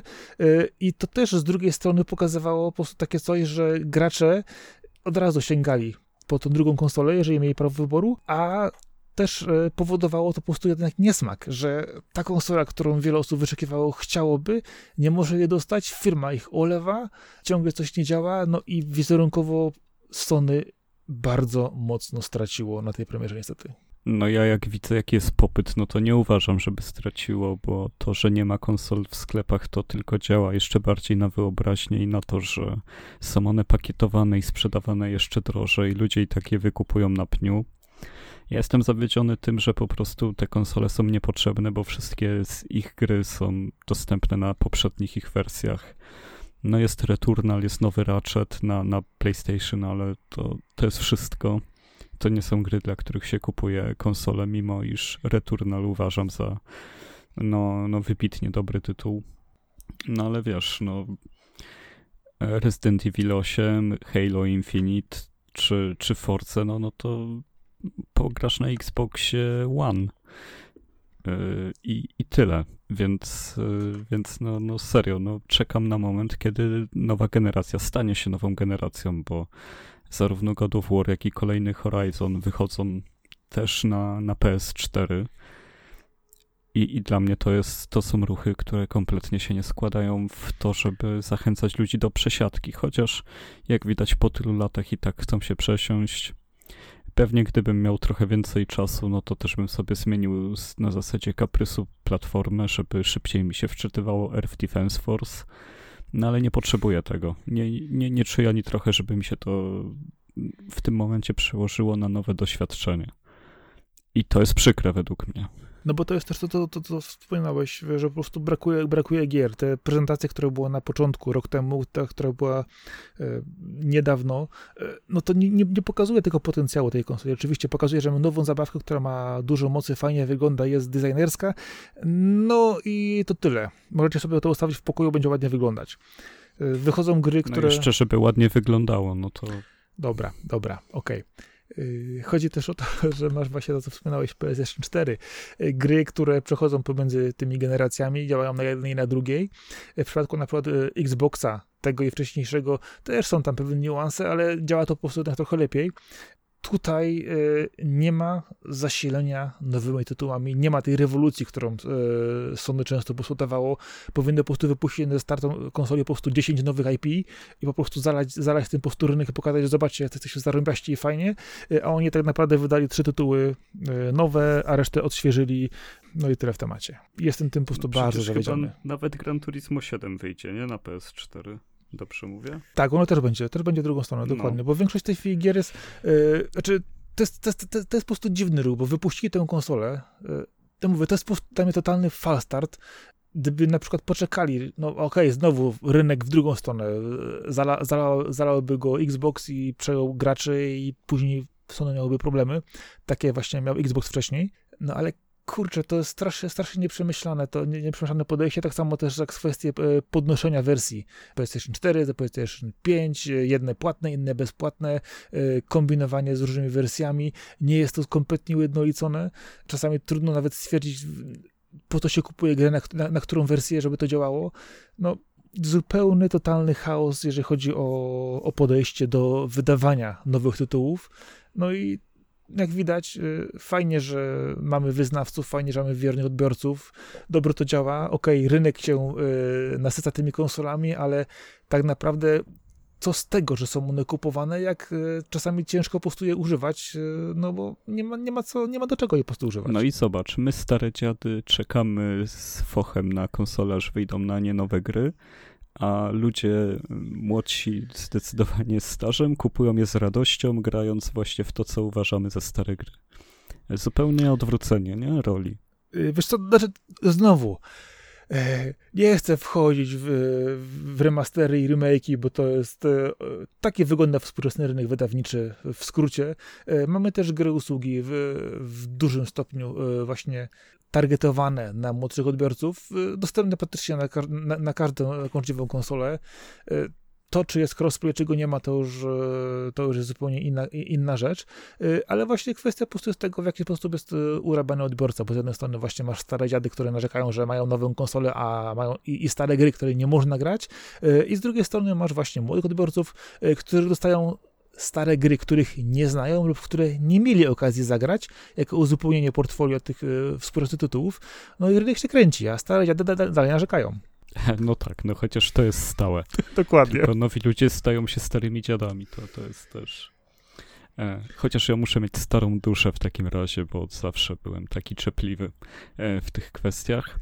Speaker 1: i to też z drugiej strony pokazywało po prostu takie coś, że gracze od razu sięgali po tą drugą konsolę, jeżeli mieli prawo wyboru, a też powodowało to po prostu jednak niesmak, że ta konsola, którą wiele osób wyczekiwało, chciałoby, nie może jej dostać, firma ich olewa, ciągle coś nie działa, i wizerunkowo Sony bardzo mocno straciło na tej premierze niestety.
Speaker 2: Ja jak widzę, jaki jest popyt, to nie uważam, żeby straciło, bo to, że nie ma konsol w sklepach, to tylko działa jeszcze bardziej na wyobraźnię i na to, że są one pakietowane i sprzedawane jeszcze drożej, ludzie i tak je wykupują na pniu. Ja jestem zawiedziony tym, że po prostu te konsole są niepotrzebne, bo wszystkie z ich gry są dostępne na poprzednich ich wersjach. Jest Returnal, jest nowy Ratchet na PlayStation, ale to jest wszystko. To nie są gry, dla których się kupuje konsole, mimo iż Returnal uważam za wybitnie dobry tytuł. Ale wiesz, Resident Evil 8, Halo Infinite czy Forza, to pograsz na Xboxie One i tyle, więc serio, czekam na moment, kiedy nowa generacja stanie się nową generacją, bo zarówno God of War, jak i kolejny Horizon wychodzą też na PS4 i dla mnie to są ruchy, które kompletnie się nie składają w to, żeby zachęcać ludzi do przesiadki, chociaż jak widać po tylu latach i tak chcą się przesiąść. Pewnie gdybym miał trochę więcej czasu, to też bym sobie zmienił na zasadzie kaprysu platformę, żeby szybciej mi się wczytywało Earth Defense Force, ale nie potrzebuję tego. Nie czuję ani trochę, żeby mi się to w tym momencie przełożyło na nowe doświadczenie. I to jest przykre według mnie.
Speaker 1: No bo to jest też to, co wspominałeś, że po prostu brakuje gier. Te prezentacje, które były na początku, rok temu, ta, która była niedawno, no to nie pokazuje tego potencjału tej konsoli. Oczywiście pokazuje, że mamy nową zabawkę, która ma dużo mocy, fajnie wygląda, jest designerska, no i to tyle. Możecie sobie to ustawić w pokoju, będzie ładnie wyglądać. Wychodzą gry, które...
Speaker 2: No jeszcze, żeby ładnie wyglądało, no to...
Speaker 1: Dobra, okej. Chodzi też o to, że masz właśnie to, co wspominałeś, PlayStation 4. Gry, które przechodzą pomiędzy tymi generacjami, działają na jednej i na drugiej. W przypadku na przykład Xboxa, tego i wcześniejszego, też są tam pewne niuanse, ale działa to po prostu tak trochę lepiej. Tutaj nie ma zasilenia nowymi tytułami, nie ma tej rewolucji, którą Sony często po prostu dawało. Powinno po prostu wypuścić ze startą konsoli po prostu 10 nowych IP i po prostu zalać tym po prostu rynek i pokazać, że zobaczcie, jak jesteście zarąbiaści i fajnie, a oni tak naprawdę wydali 3 tytuły nowe, a resztę odświeżyli, no i tyle w temacie. Jestem tym po prostu bardzo zawiedziony.
Speaker 2: Nawet Gran Turismo 7 wyjdzie, nie? Na PS4. Dobrze mówię?
Speaker 1: Tak, ono też będzie drugą stroną, dokładnie, bo większość tej gier jest, to jest po prostu dziwny ruch, bo wypuścili tę konsolę, to mówię, to jest po prostu dla mnie totalny fal start. Gdyby na przykład poczekali, no okej, znowu rynek w drugą stronę, zalałyby go Xbox i przejął graczy i później Sony miałyby problemy, takie właśnie miał Xbox wcześniej, no ale kurczę, to jest strasznie nieprzemyślane, to nieprzemyślane podejście, tak samo też jak kwestie podnoszenia wersji PlayStation 4 do PlayStation 5, jedne płatne, inne bezpłatne, kombinowanie z różnymi wersjami, nie jest to kompletnie ujednolicone, czasami trudno nawet stwierdzić, po to się kupuje grę, na którą wersję, żeby to działało, no zupełny, totalny chaos, jeżeli chodzi o podejście do wydawania nowych tytułów, no i jak widać, fajnie, że mamy wyznawców, fajnie, że mamy wiernych odbiorców, dobrze to działa, rynek się nasyca tymi konsolami, ale tak naprawdę co z tego, że są one kupowane, jak czasami ciężko po prostu je używać, no bo nie ma do czego je po prostu używać.
Speaker 2: No i zobacz, my stare dziady czekamy z fochem na konsolę, aż wyjdą na nie nowe gry, a ludzie młodsi, zdecydowanie starzem, kupują je z radością, grając właśnie w to, co uważamy za stare gry. Zupełnie odwrócenie, nie? Roli.
Speaker 1: Wiesz co, znaczy znowu, nie chcę wchodzić w remastery i remake'i, bo to jest takie wygląda współczesny rynek wydawniczy w skrócie. Mamy też gry, usługi w dużym stopniu właśnie targetowane na młodszych odbiorców, dostępne praktycznie na każdą możliwą konsolę. To, czy jest crossplay, czy go nie ma, to już jest zupełnie inna rzecz, ale właśnie kwestia po prostu jest tego, w jaki sposób jest urabiany odbiorca, bo z jednej strony właśnie masz stare dziady, które narzekają, że mają nową konsolę, a mają i stare gry, które nie można grać, i z drugiej strony masz właśnie młodych odbiorców, którzy dostają stare gry, których nie znają lub w które nie mieli okazji zagrać, jako uzupełnienie portfolio tych współczesnych tytułów, no i rynek się kręci, a stare dziady dalej narzekają.
Speaker 2: No tak, no chociaż to jest stałe.
Speaker 1: Dokładnie.
Speaker 2: Tylko nowi ludzie stają się starymi dziadami, to jest też... Chociaż ja muszę mieć starą duszę w takim razie, bo zawsze byłem taki czepliwy w tych kwestiach.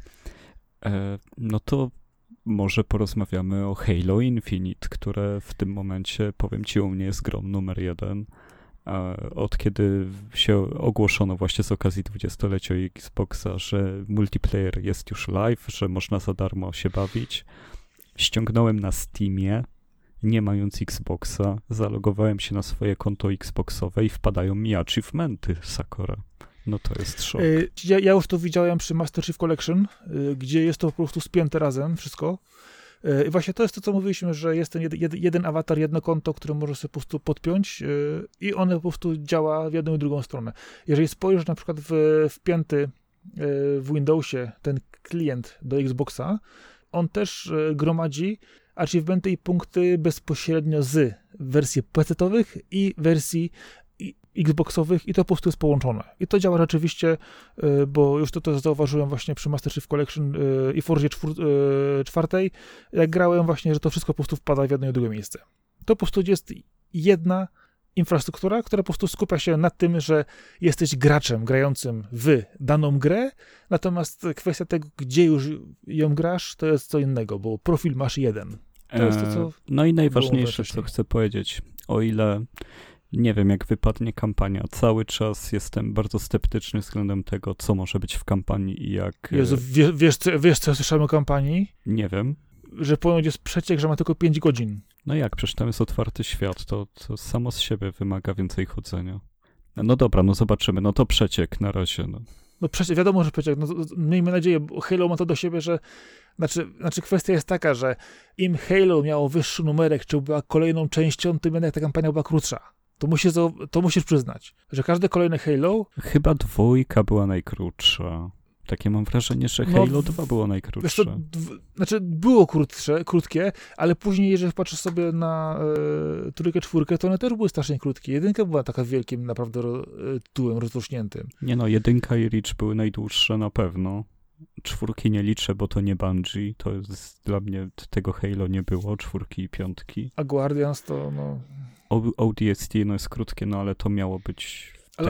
Speaker 2: No to może porozmawiamy o Halo Infinite, które w tym momencie, powiem ci, u mnie jest grom numer 1. Od kiedy się ogłoszono właśnie z okazji 20-lecia Xboxa, że multiplayer jest już live, że można za darmo się bawić, ściągnąłem na Steamie, nie mając Xboxa, zalogowałem się na swoje konto Xboxowe i wpadają mi achievementy, Sakura. No to jest szok.
Speaker 1: Ja już to widziałem przy Master Chief Collection, gdzie jest to po prostu spięte razem wszystko. I właśnie to jest to, co mówiliśmy, że jest ten jeden awatar, jedno konto, które może sobie po prostu podpiąć i one po prostu działa w jedną i drugą stronę. Jeżeli spojrzysz na przykład wpięty w Windowsie ten klient do Xboxa, on też gromadzi achievementy i punkty bezpośrednio z wersji PC-owych i wersji Xboxowych i to po prostu jest połączone. I to działa rzeczywiście, bo już to zauważyłem właśnie przy Master Chief Collection i Forzie 4, jak grałem właśnie, że to wszystko po prostu wpada w jedno i drugie miejsce. To po prostu jest jedna infrastruktura, która po prostu skupia się na tym, że jesteś graczem grającym w daną grę, natomiast kwestia tego, gdzie już ją grasz, to jest co innego, bo profil masz jeden. To jest to, co
Speaker 2: no i najważniejsze, co chcę powiedzieć, o ile Nie wiem, jak wypadnie kampania. Cały czas jestem bardzo sceptyczny względem tego, co może być w kampanii i jak...
Speaker 1: Jezu, wiesz co ja słyszałem o kampanii?
Speaker 2: Nie wiem.
Speaker 1: Że ponoć jest przeciek, że ma tylko 5 godzin.
Speaker 2: No jak, przecież tam jest otwarty świat, to samo z siebie wymaga więcej chodzenia. No dobra, no zobaczymy, no to przeciek na razie, no.
Speaker 1: No przecież wiadomo, że przeciek, no miejmy nadzieję, bo Halo ma to do siebie, że znaczy kwestia jest taka, że im Halo miało wyższy numerek, czy była kolejną częścią, tym jednak ta kampania była krótsza. To musisz przyznać, że każde kolejne Halo...
Speaker 2: Chyba 2 była najkrótsza. Takie mam wrażenie, że Halo 2 było najkrótsze.
Speaker 1: Było krótkie, ale później, jeżeli patrzysz sobie na 3, 4, to one też były strasznie krótkie. 1 była taka wielkim naprawdę tytułem rozrośniętym.
Speaker 2: Nie no, 1 i Reach były najdłuższe na pewno. 4 nie liczę, bo to nie Bungie. To jest dla mnie, tego Halo nie było, 4 i 5.
Speaker 1: A Guardians to no...
Speaker 2: ODST no jest krótkie, no ale to miało być...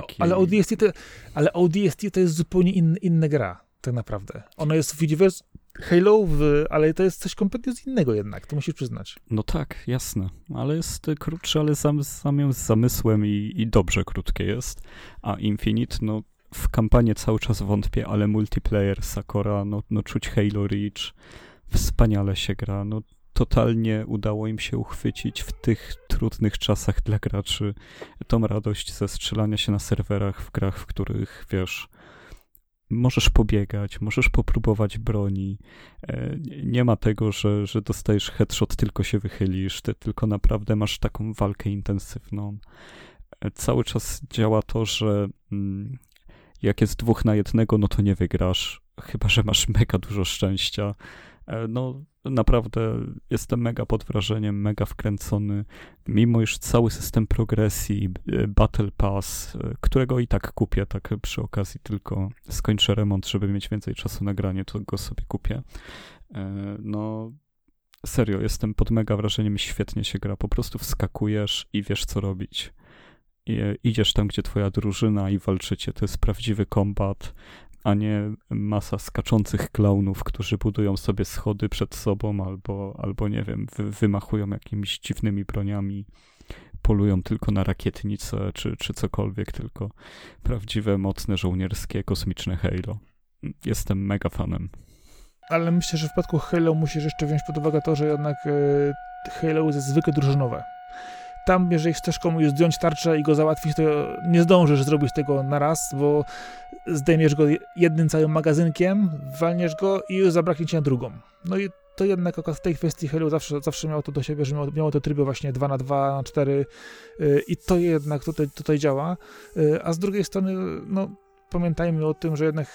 Speaker 1: Ale ODST to jest zupełnie inna gra, tak naprawdę. Ono jest w universe Halo, ale to jest coś kompletnie innego jednak, to musisz przyznać.
Speaker 2: No tak, jasne, ale jest krótsze, ale z zamysłem i dobrze krótkie jest. A Infinite, no w kampanię cały czas wątpię, ale multiplayer Sakura, no czuć Halo Reach, wspaniale się gra, no totalnie udało im się uchwycić w tych trudnych czasach dla graczy tą radość ze strzelania się na serwerach w grach, w których, wiesz, możesz pobiegać, możesz popróbować broni. Nie ma tego, że dostajesz headshot, tylko się wychylisz, ty tylko naprawdę masz taką walkę intensywną. Cały czas działa to, że jak jest 2 na 1, no to nie wygrasz, chyba że masz mega dużo szczęścia. No naprawdę jestem mega pod wrażeniem, mega wkręcony, mimo iż cały system progresji, Battle Pass, którego i tak kupię, tak przy okazji tylko skończę remont, żeby mieć więcej czasu na granie, to go sobie kupię. No serio, jestem pod mega wrażeniem, świetnie się gra, po prostu wskakujesz i wiesz co robić. Idziesz tam, gdzie twoja drużyna i walczycie, to jest prawdziwy kombat, a nie masa skaczących klaunów, którzy budują sobie schody przed sobą albo nie wiem, wymachują jakimiś dziwnymi broniami, polują tylko na rakietnice czy cokolwiek, tylko prawdziwe, mocne, żołnierskie, kosmiczne Halo. Jestem mega fanem.
Speaker 1: Ale myślę, że w przypadku Halo musisz jeszcze wziąć pod uwagę to, że jednak Halo jest zwykle drużynowe. Tam, jeżeli chcesz komuś zdjąć tarczę i go załatwić, to nie zdążysz zrobić tego na raz, bo zdejmiesz go jednym całym magazynkiem, walniesz go i już zabraknie ci na drugą. No i to jednak w tej kwestii Halo zawsze miało to do siebie, że miało te tryby właśnie 2 na 2, na 4 i to jednak tutaj działa. A z drugiej strony, no pamiętajmy o tym, że jednak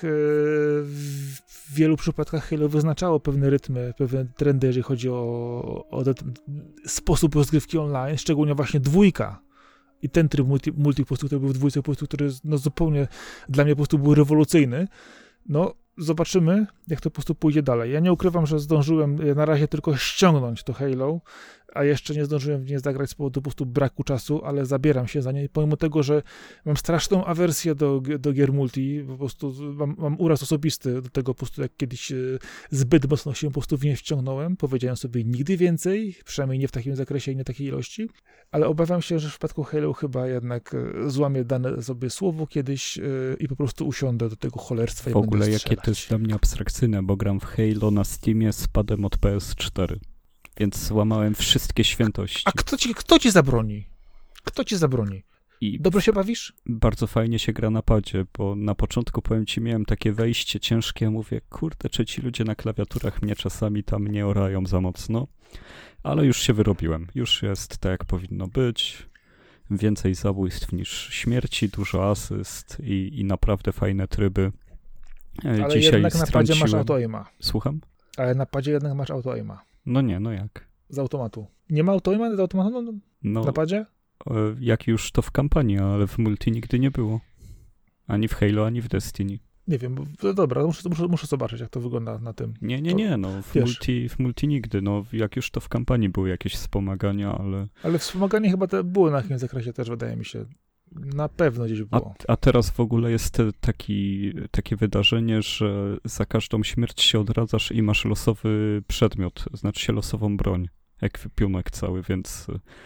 Speaker 1: w wielu przypadkach Halo wyznaczało pewne rytmy, pewne trendy, jeżeli chodzi o sposób rozgrywki online, szczególnie właśnie 2. I ten tryb multi, który był w 2, który no zupełnie dla mnie po prostu był rewolucyjny. No, zobaczymy, jak to po prostu pójdzie dalej. Ja nie ukrywam, że zdążyłem na razie tylko ściągnąć to Halo, a jeszcze nie zdążyłem w nie zagrać z powodu po prostu braku czasu, ale zabieram się za nie, pomimo tego, że mam straszną awersję do gier multi, po prostu mam uraz osobisty do tego po prostu, jak kiedyś zbyt mocno się po prostu w nie wciągnąłem, powiedziałem sobie nigdy więcej, przynajmniej nie w takim zakresie i nie takiej ilości, ale obawiam się, że w przypadku Halo chyba jednak złamię dane sobie słowo kiedyś i po prostu usiądę do tego cholerstwa i
Speaker 2: w ogóle
Speaker 1: będę
Speaker 2: jakie to jest dla mnie abstrakcyjne, bo gram w Halo na Steamie z padem od PS4. Więc złamałem wszystkie świętości.
Speaker 1: A kto ci zabroni? Kto ci zabroni?
Speaker 2: I
Speaker 1: dobrze się bawisz?
Speaker 2: Bardzo fajnie się gra na padzie, bo na początku, powiem ci, miałem takie wejście ciężkie, mówię, kurde, czy ci ludzie na klawiaturach mnie czasami tam nie orają za mocno, ale już się wyrobiłem. Już jest tak, jak powinno być. Więcej zabójstw niż śmierci, dużo asyst i naprawdę fajne tryby.
Speaker 1: Ale
Speaker 2: dzisiaj
Speaker 1: jednak na padzie masz auto-aima.
Speaker 2: Słucham?
Speaker 1: Ale na padzie jednak masz auto-aima.
Speaker 2: No nie, no jak?
Speaker 1: Z automatu. Nie ma auto-aima z automatu na padzie?
Speaker 2: Jak już to w kampanii, ale w multi nigdy nie było. Ani w Halo, ani w Destiny.
Speaker 1: Nie wiem, dobra, muszę zobaczyć, jak to wygląda na tym.
Speaker 2: Nie, no w multi nigdy, no jak już to w kampanii były jakieś wspomagania, ale...
Speaker 1: Ale wspomagania chyba były na jakimś zakresie też, wydaje mi się. Na pewno gdzieś było.
Speaker 2: A teraz w ogóle jest takie wydarzenie, że za każdą śmierć się odradzasz i masz losowy przedmiot, znaczy się losową broń, ekwipunek cały, więc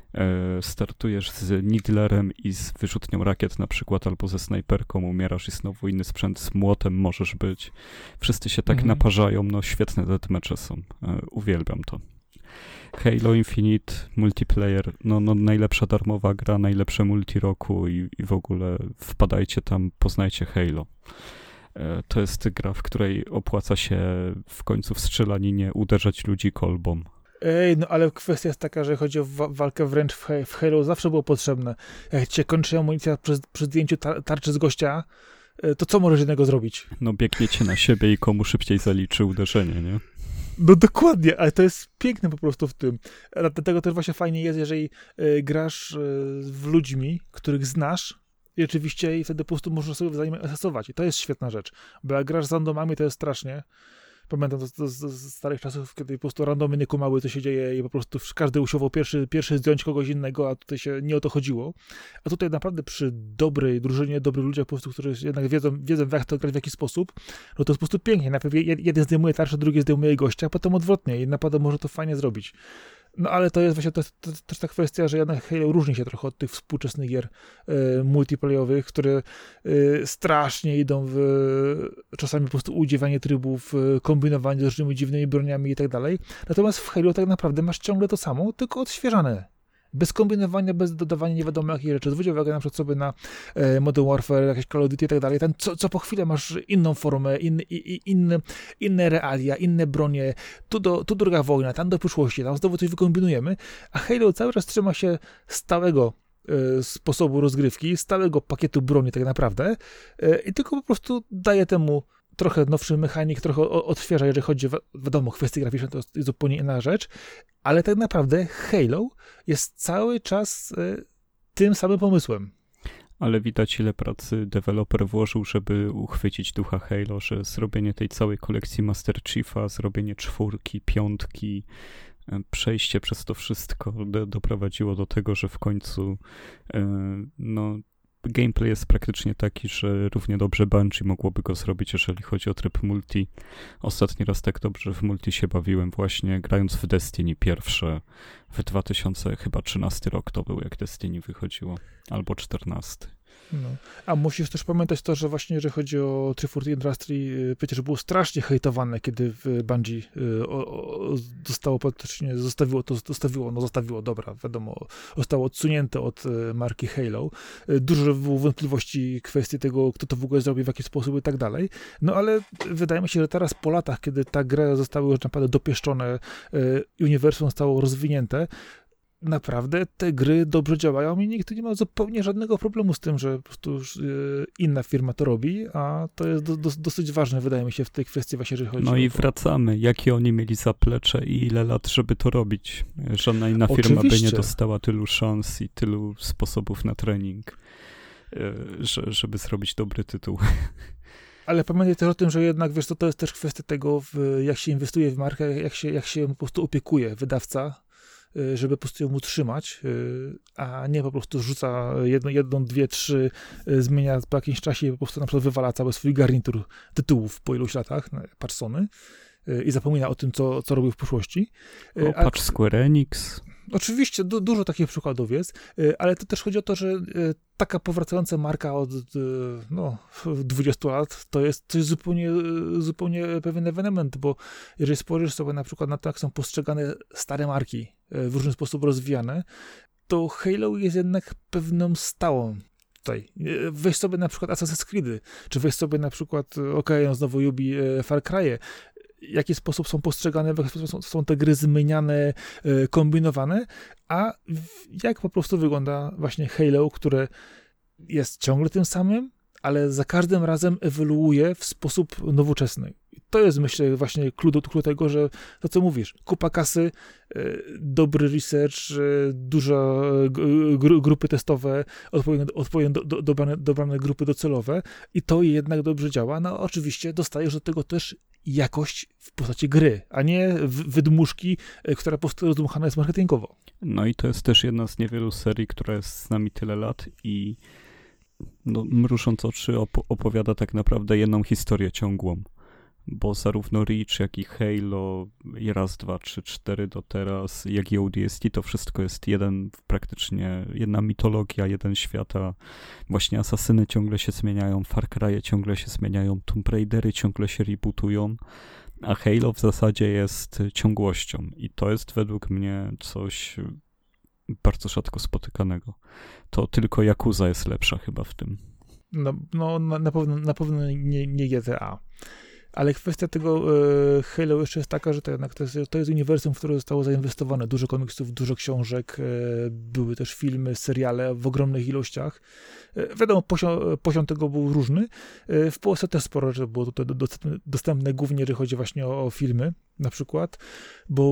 Speaker 2: startujesz z Needlerem i z wyrzutnią rakiet na przykład, albo ze snajperką, umierasz i znowu inny sprzęt, z młotem możesz być. Wszyscy się tak naparzają, no świetne deathmatche są. Uwielbiam to. Halo Infinite, multiplayer, no najlepsza darmowa gra, najlepsze multi roku i w ogóle wpadajcie tam, poznajcie Halo. To jest gra, w której opłaca się w końcu w strzelaninie uderzać ludzi kolbą.
Speaker 1: No ale kwestia jest taka, że chodzi o walkę wręcz w Halo, zawsze było potrzebne. Jak cię kończy amunicja przy zdjęciu tarczy z gościa, to co możesz innego zrobić?
Speaker 2: No biegniecie na siebie i komu szybciej zaliczy uderzenie, nie?
Speaker 1: No dokładnie, ale to jest piękne po prostu w tym. Dlatego też właśnie fajnie jest, jeżeli grasz w ludźmi, których znasz i oczywiście i wtedy po prostu możesz sobie wzajemnie asesować. I to jest świetna rzecz. Bo jak grasz z randomami, to jest strasznie. Pamiętam z starych czasów, kiedy po prostu randomy nie kumały, co się dzieje i po prostu każdy usiłował pierwszy zdjąć kogoś innego, a tutaj się nie o to chodziło. A tutaj naprawdę przy dobrej drużynie, dobrych ludziach po prostu, którzy jednak wiedzą jak to grać, w jaki sposób, no to jest po prostu pięknie. Najpierw jeden zdejmuje tarczę, drugi zdejmuje gościa, a potem odwrotnie i naprawdę może to fajnie zrobić. No ale to jest właśnie też ta kwestia, że jednak Halo różni się trochę od tych współczesnych gier multiplayerowych, które strasznie idą w czasami po prostu udziewanie trybów, kombinowanie z różnymi dziwnymi broniami i tak dalej. Natomiast w Halo tak naprawdę masz ciągle to samo, tylko odświeżane. Bez kombinowania, bez dodawania nie wiadomo jakich rzeczy. Zwróć uwagę na przykład sobie na Modern Warfare, jakieś Call of Duty i tak dalej. Tam co po chwilę masz inną formę, inne realia, inne bronie. Tu druga wojna, tam do przyszłości, tam znowu coś wykombinujemy. A Halo cały czas trzyma się stałego sposobu rozgrywki, stałego pakietu broni tak naprawdę i tylko po prostu daje temu trochę nowszy mechanik, trochę odświeża, jeżeli chodzi o, wiadomo, kwestie graficzne, to jest zupełnie inna rzecz, ale tak naprawdę Halo jest cały czas tym samym pomysłem.
Speaker 2: Ale widać, ile pracy deweloper włożył, żeby uchwycić ducha Halo, że zrobienie tej całej kolekcji Master Chiefa, zrobienie 4, 5, przejście przez to wszystko doprowadziło do tego, że w końcu gameplay jest praktycznie taki, że równie dobrze Bungie mogłoby go zrobić, jeżeli chodzi o tryb multi. Ostatni raz tak dobrze w multi się bawiłem właśnie grając w Destiny pierwsze w 2013 rok to był, jak Destiny wychodziło, albo 14.
Speaker 1: No. A musisz też pamiętać to, że właśnie jeżeli chodzi o 343 Industry, przecież było strasznie hejtowane, kiedy w Bungie zostawiło, dobra, wiadomo, zostało odsunięte od marki Halo. Dużo było wątpliwości kwestii tego, kto to w ogóle zrobi, w jaki sposób i tak dalej. No ale wydaje mi się, że teraz po latach, kiedy ta gra zostały już naprawdę dopieszczone, uniwersum zostało rozwinięte, naprawdę te gry dobrze działają i nikt nie ma zupełnie żadnego problemu z tym, że po prostu już inna firma to robi, a to jest dosyć ważne, wydaje mi się, w tej kwestii właśnie, jeżeli chodzi o...
Speaker 2: No i wracamy, jakie oni mieli zaplecze i ile lat, żeby to robić. Żadna inna firma by nie dostała tylu szans i tylu sposobów na trening, żeby zrobić dobry tytuł.
Speaker 1: Ale pamiętaj też o tym, że jednak, wiesz, to jest też kwestia tego, jak się inwestuje w markę, jak się po prostu opiekuje wydawca, żeby po prostu ją utrzymać, a nie po prostu rzuca jedną, dwie, trzy, zmienia po jakimś czasie i po prostu na przykład wywala cały swój garnitur tytułów po iluś latach, patrz Sony, i zapomina o tym, co robił w przyszłości.
Speaker 2: Patrz Square Enix.
Speaker 1: Oczywiście, dużo takich przykładów jest, ale to też chodzi o to, że taka powracająca marka od 20 lat to jest coś zupełnie pewien ewenement, bo jeżeli spojrzysz sobie na przykład na to, jak są postrzegane stare marki, w różny sposób rozwijane, to Halo jest jednak pewną stałą tutaj. Weź sobie na przykład Assassin's Creed, czy weź sobie na przykład, znowu Ubi Far Cry'e, w jaki sposób są postrzegane, w jaki sposób są te gry zmieniane, kombinowane, a jak po prostu wygląda właśnie Halo, które jest ciągle tym samym, ale za każdym razem ewoluuje w sposób nowoczesny. I to jest, myślę, właśnie klucz tego, że to, co mówisz, kupa kasy, dobry research, duże grupy testowe, odpowiednio dobrane grupy docelowe i to jednak dobrze działa. No oczywiście dostajesz do tego też jakość w postaci gry, a nie wydmuszki, która po prostu rozdmuchana jest marketingowo.
Speaker 2: No i to jest też jedna z niewielu serii, która jest z nami tyle lat i mrużąc oczy opowiada tak naprawdę jedną historię ciągłą. bo zarówno Reach, jak i Halo, i raz, 2, 3, 4 do teraz, jak i ODST, to wszystko jest praktycznie jedna mitologia, jeden świat, a właśnie Asasyny ciągle się zmieniają, Far Cry'e ciągle się zmieniają, Tomb Raidery ciągle się rebootują, a Halo w zasadzie jest ciągłością i to jest według mnie coś bardzo rzadko spotykanego. To tylko Yakuza jest lepsza chyba w tym.
Speaker 1: No na pewno nie GTA. Ale kwestia tego Halo jeszcze jest taka, że to jednak to jest uniwersum, w które zostało zainwestowane. Dużo komiksów, dużo książek, były też filmy, seriale w ogromnych ilościach. Wiadomo, poziom tego był różny. W Polsce też sporo rzeczy było tutaj dostępne, głównie jeżeli chodzi właśnie o filmy na przykład, bo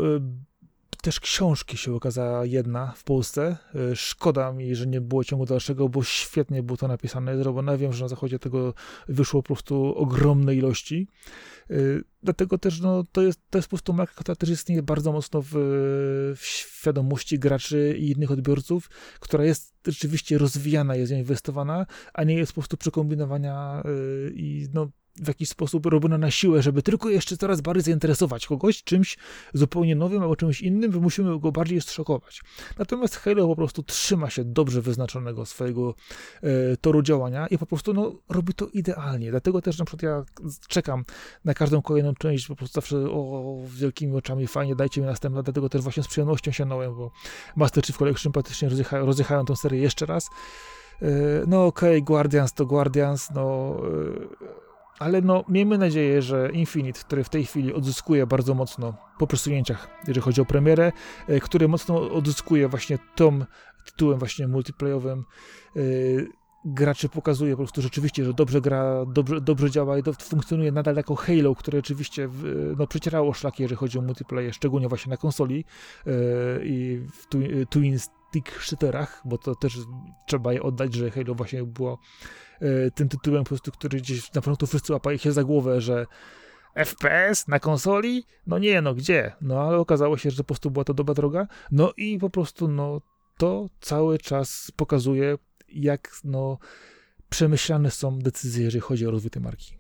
Speaker 1: też książki się okazała jedna w Polsce. Szkoda mi, że nie było ciągu dalszego, bo świetnie było to napisane, zrobione. Wiem, że na zachodzie tego wyszło po prostu ogromne ilości. Dlatego też to jest po prostu marka, która też istnieje bardzo mocno w świadomości graczy i innych odbiorców, która jest rzeczywiście rozwijana, jest inwestowana, a nie jest po prostu przekombinowania i w jakiś sposób robione na siłę, żeby tylko jeszcze coraz bardziej zainteresować kogoś czymś zupełnie nowym albo czymś innym, bo musimy go bardziej zszokować. Natomiast Halo po prostu trzyma się dobrze wyznaczonego swojego toru działania i po prostu robi to idealnie. Dlatego też na przykład ja czekam na każdą kolejną część, po prostu zawsze wielkimi oczami, fajnie, dajcie mi następne, dlatego też właśnie z przyjemnością sięgnąłem, bo Master Chief Collection sympatycznie rozjechają tą serię jeszcze raz. Guardians to Guardians, ale miejmy nadzieję, że Infinite, który w tej chwili odzyskuje bardzo mocno po przesunięciach, jeżeli chodzi o premierę, który mocno odzyskuje właśnie tym tytułem właśnie multiplayerowym, graczy pokazuje po prostu rzeczywiście, że dobrze gra, dobrze działa i funkcjonuje nadal jako Halo, które oczywiście przecierało szlaki, jeżeli chodzi o multiplayer, szczególnie właśnie na konsoli i w Twin Stick shooterach, bo to też trzeba je oddać, że Halo właśnie było tym tytułem po prostu, który gdzieś na początku wszyscy łapali się za głowę, że FPS na konsoli? Gdzie? Ale okazało się, że po prostu była to dobra droga. I po prostu to cały czas pokazuje, jak przemyślane są decyzje, jeżeli chodzi o rozwój tej marki.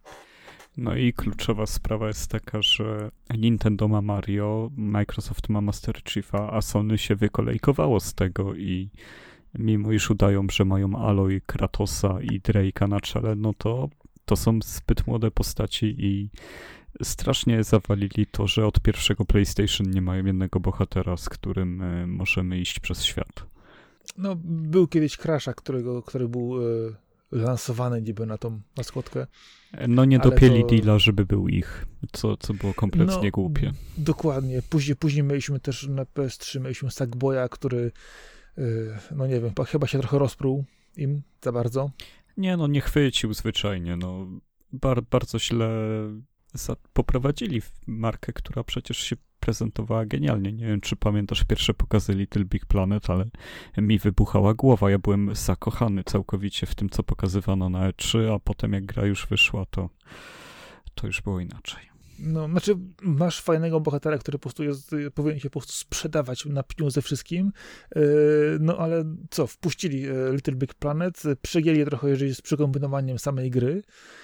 Speaker 2: I kluczowa sprawa jest taka, że Nintendo ma Mario, Microsoft ma Master Chiefa, a Sony się wykolejkowało z tego i mimo iż udają, że mają Aloy, Kratosa i Drake'a na czele, to są zbyt młode postaci i strasznie zawalili to, że od pierwszego PlayStation nie mają jednego bohatera, z którym możemy iść przez świat.
Speaker 1: Był kiedyś Crasha, który był lansowany niby na tą maskotkę.
Speaker 2: Nie dopięli deala, żeby był ich, co było kompletnie głupie.
Speaker 1: Dokładnie. Później mieliśmy też na PS3 Sackboya, który nie wiem, chyba się trochę rozpruł im za bardzo.
Speaker 2: Nie chwycił zwyczajnie, bardzo źle poprowadzili markę, która przecież się prezentowała genialnie. Nie wiem, czy pamiętasz pierwsze pokazy Little Big Planet, ale mi wybuchała głowa. Ja byłem zakochany całkowicie w tym, co pokazywano na E3, a potem jak gra już wyszła, to już było inaczej.
Speaker 1: Masz fajnego bohatera, który po prostu powinien się po prostu sprzedawać na pniu ze wszystkim, ale co, wpuścili Little Big Planet, przegięli trochę, jeżeli z przekombinowaniem samej gry,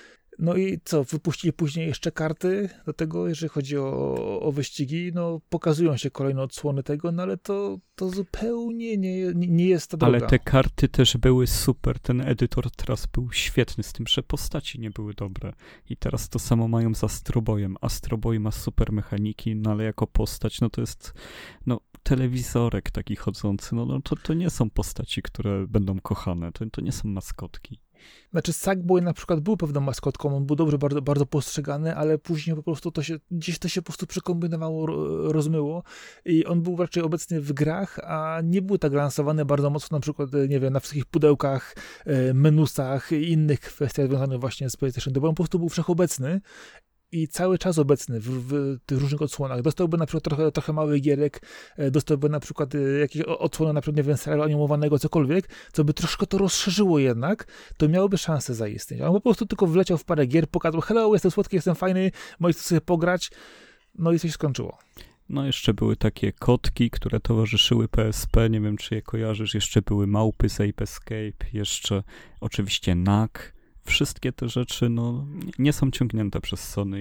Speaker 1: i co, wypuścili później jeszcze karty do tego, jeżeli chodzi o wyścigi, pokazują się kolejne odsłony tego, ale to zupełnie nie jest ta droga.
Speaker 2: Ale te karty też były super, ten edytor teraz był świetny, z tym, że postaci nie były dobre. I teraz to samo mają z Astro Boyem. Astro Boy ma super mechaniki, ale jako postać, to jest, telewizorek taki chodzący, to nie są postaci, które będą kochane, to nie są maskotki.
Speaker 1: Sackboy na przykład był pewną maskotką, on był dobrze, bardzo, bardzo postrzegany, ale później po prostu gdzieś to się po prostu przekombinowało, rozmyło i on był raczej obecny w grach, a nie był tak lansowany bardzo mocno na przykład, nie wiem, na wszystkich pudełkach, menusach i innych kwestiach związanych właśnie z PlayStation 2, bo on po prostu był wszechobecny i cały czas obecny w tych różnych odsłonach. Dostałby na przykład trochę małych gierek, dostałby na przykład jakieś odsłony, na przykład, nie wiem, serialu animowanego, cokolwiek, co by troszkę to rozszerzyło jednak, to miałoby szansę zaistnieć. A on po prostu tylko wleciał w parę gier, pokazał, hello, jestem słodki, jestem fajny, możecie sobie pograć, i coś skończyło.
Speaker 2: Jeszcze były takie kotki, które towarzyszyły PSP, nie wiem, czy je kojarzysz, jeszcze były małpy z Ape Escape, jeszcze oczywiście NAK, wszystkie te rzeczy nie są ciągnięte przez Sony.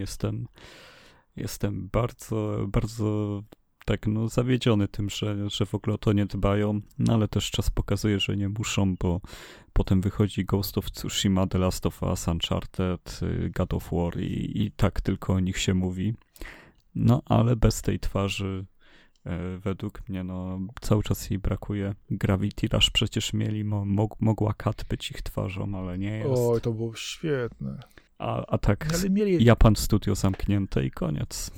Speaker 2: Jestem bardzo, bardzo tak zawiedziony tym, że w ogóle o to nie dbają, ale też czas pokazuje, że nie muszą, bo potem wychodzi Ghost of Tsushima, The Last of Us, Uncharted, God of War i tak tylko o nich się mówi. Ale bez tej twarzy według mnie cały czas jej brakuje. Gravity Rush przecież mieli, mogła Kat być ich twarzą, ale nie jest.
Speaker 1: Oj, to było świetne.
Speaker 2: A tak
Speaker 1: ale mieli...
Speaker 2: Japan Studio zamknięte i koniec.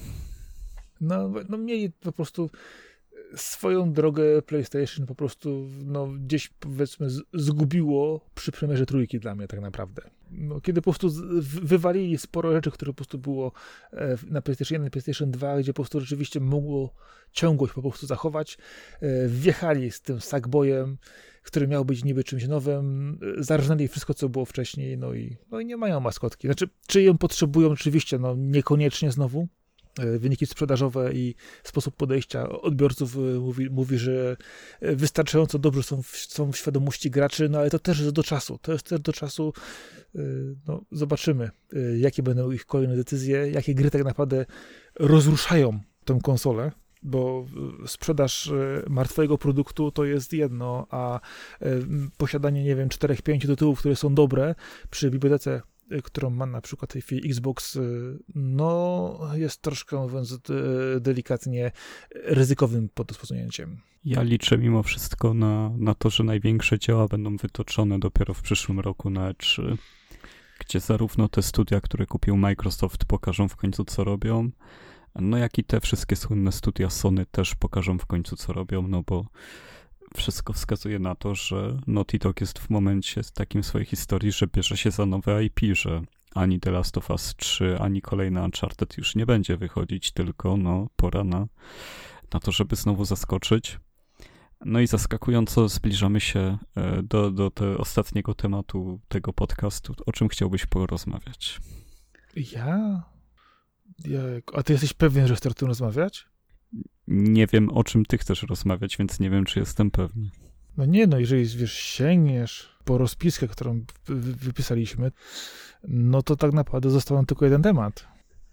Speaker 1: Mieli po prostu swoją drogę. PlayStation po prostu gdzieś powiedzmy zgubiło przy premierze trójki dla mnie tak naprawdę. Kiedy po prostu wywalili sporo rzeczy, które po prostu było na PlayStation 1, PlayStation 2, gdzie po prostu rzeczywiście mogło ciągłość po prostu zachować. Wjechali z tym Sackboyem, który miał być niby czymś nowym, zarżnęli wszystko, co było wcześniej, i nie mają maskotki. Znaczy, czy ją potrzebują? Oczywiście, niekoniecznie znowu. Wyniki sprzedażowe i sposób podejścia odbiorców mówi, że wystarczająco dobrze są w świadomości graczy, ale to też jest do czasu. To jest też do czasu. Zobaczymy, jakie będą ich kolejne decyzje, jakie gry tak naprawdę rozruszają tę konsolę, bo sprzedaż martwego produktu to jest jedno, a posiadanie, 4-5 tytułów, które są dobre przy bibliotece, którą ma na przykład w tej chwili Xbox, jest troszkę, mówiąc delikatnie, ryzykownym podposunięciem.
Speaker 2: Ja liczę mimo wszystko na to, że największe dzieła będą wytoczone dopiero w przyszłym roku na E3, gdzie zarówno te studia, które kupił Microsoft, pokażą w końcu, co robią, jak i te wszystkie słynne studia Sony też pokażą w końcu, co robią, bo wszystko wskazuje na to, że Naughty Dog jest w momencie takim w swojej historii, że bierze się za nowe IP, że ani The Last of Us 3, ani kolejny Uncharted już nie będzie wychodzić, tylko pora na to, żeby znowu zaskoczyć. I zaskakująco zbliżamy się do ostatniego tematu tego podcastu. O czym chciałbyś porozmawiać?
Speaker 1: Ja? A ty jesteś pewien, że chcesz o tym rozmawiać?
Speaker 2: Nie wiem, o czym ty chcesz rozmawiać, więc nie wiem, czy jestem pewny.
Speaker 1: Jeżeli sięgniesz po rozpiskę, którą wypisaliśmy, to tak naprawdę został nam tylko jeden temat.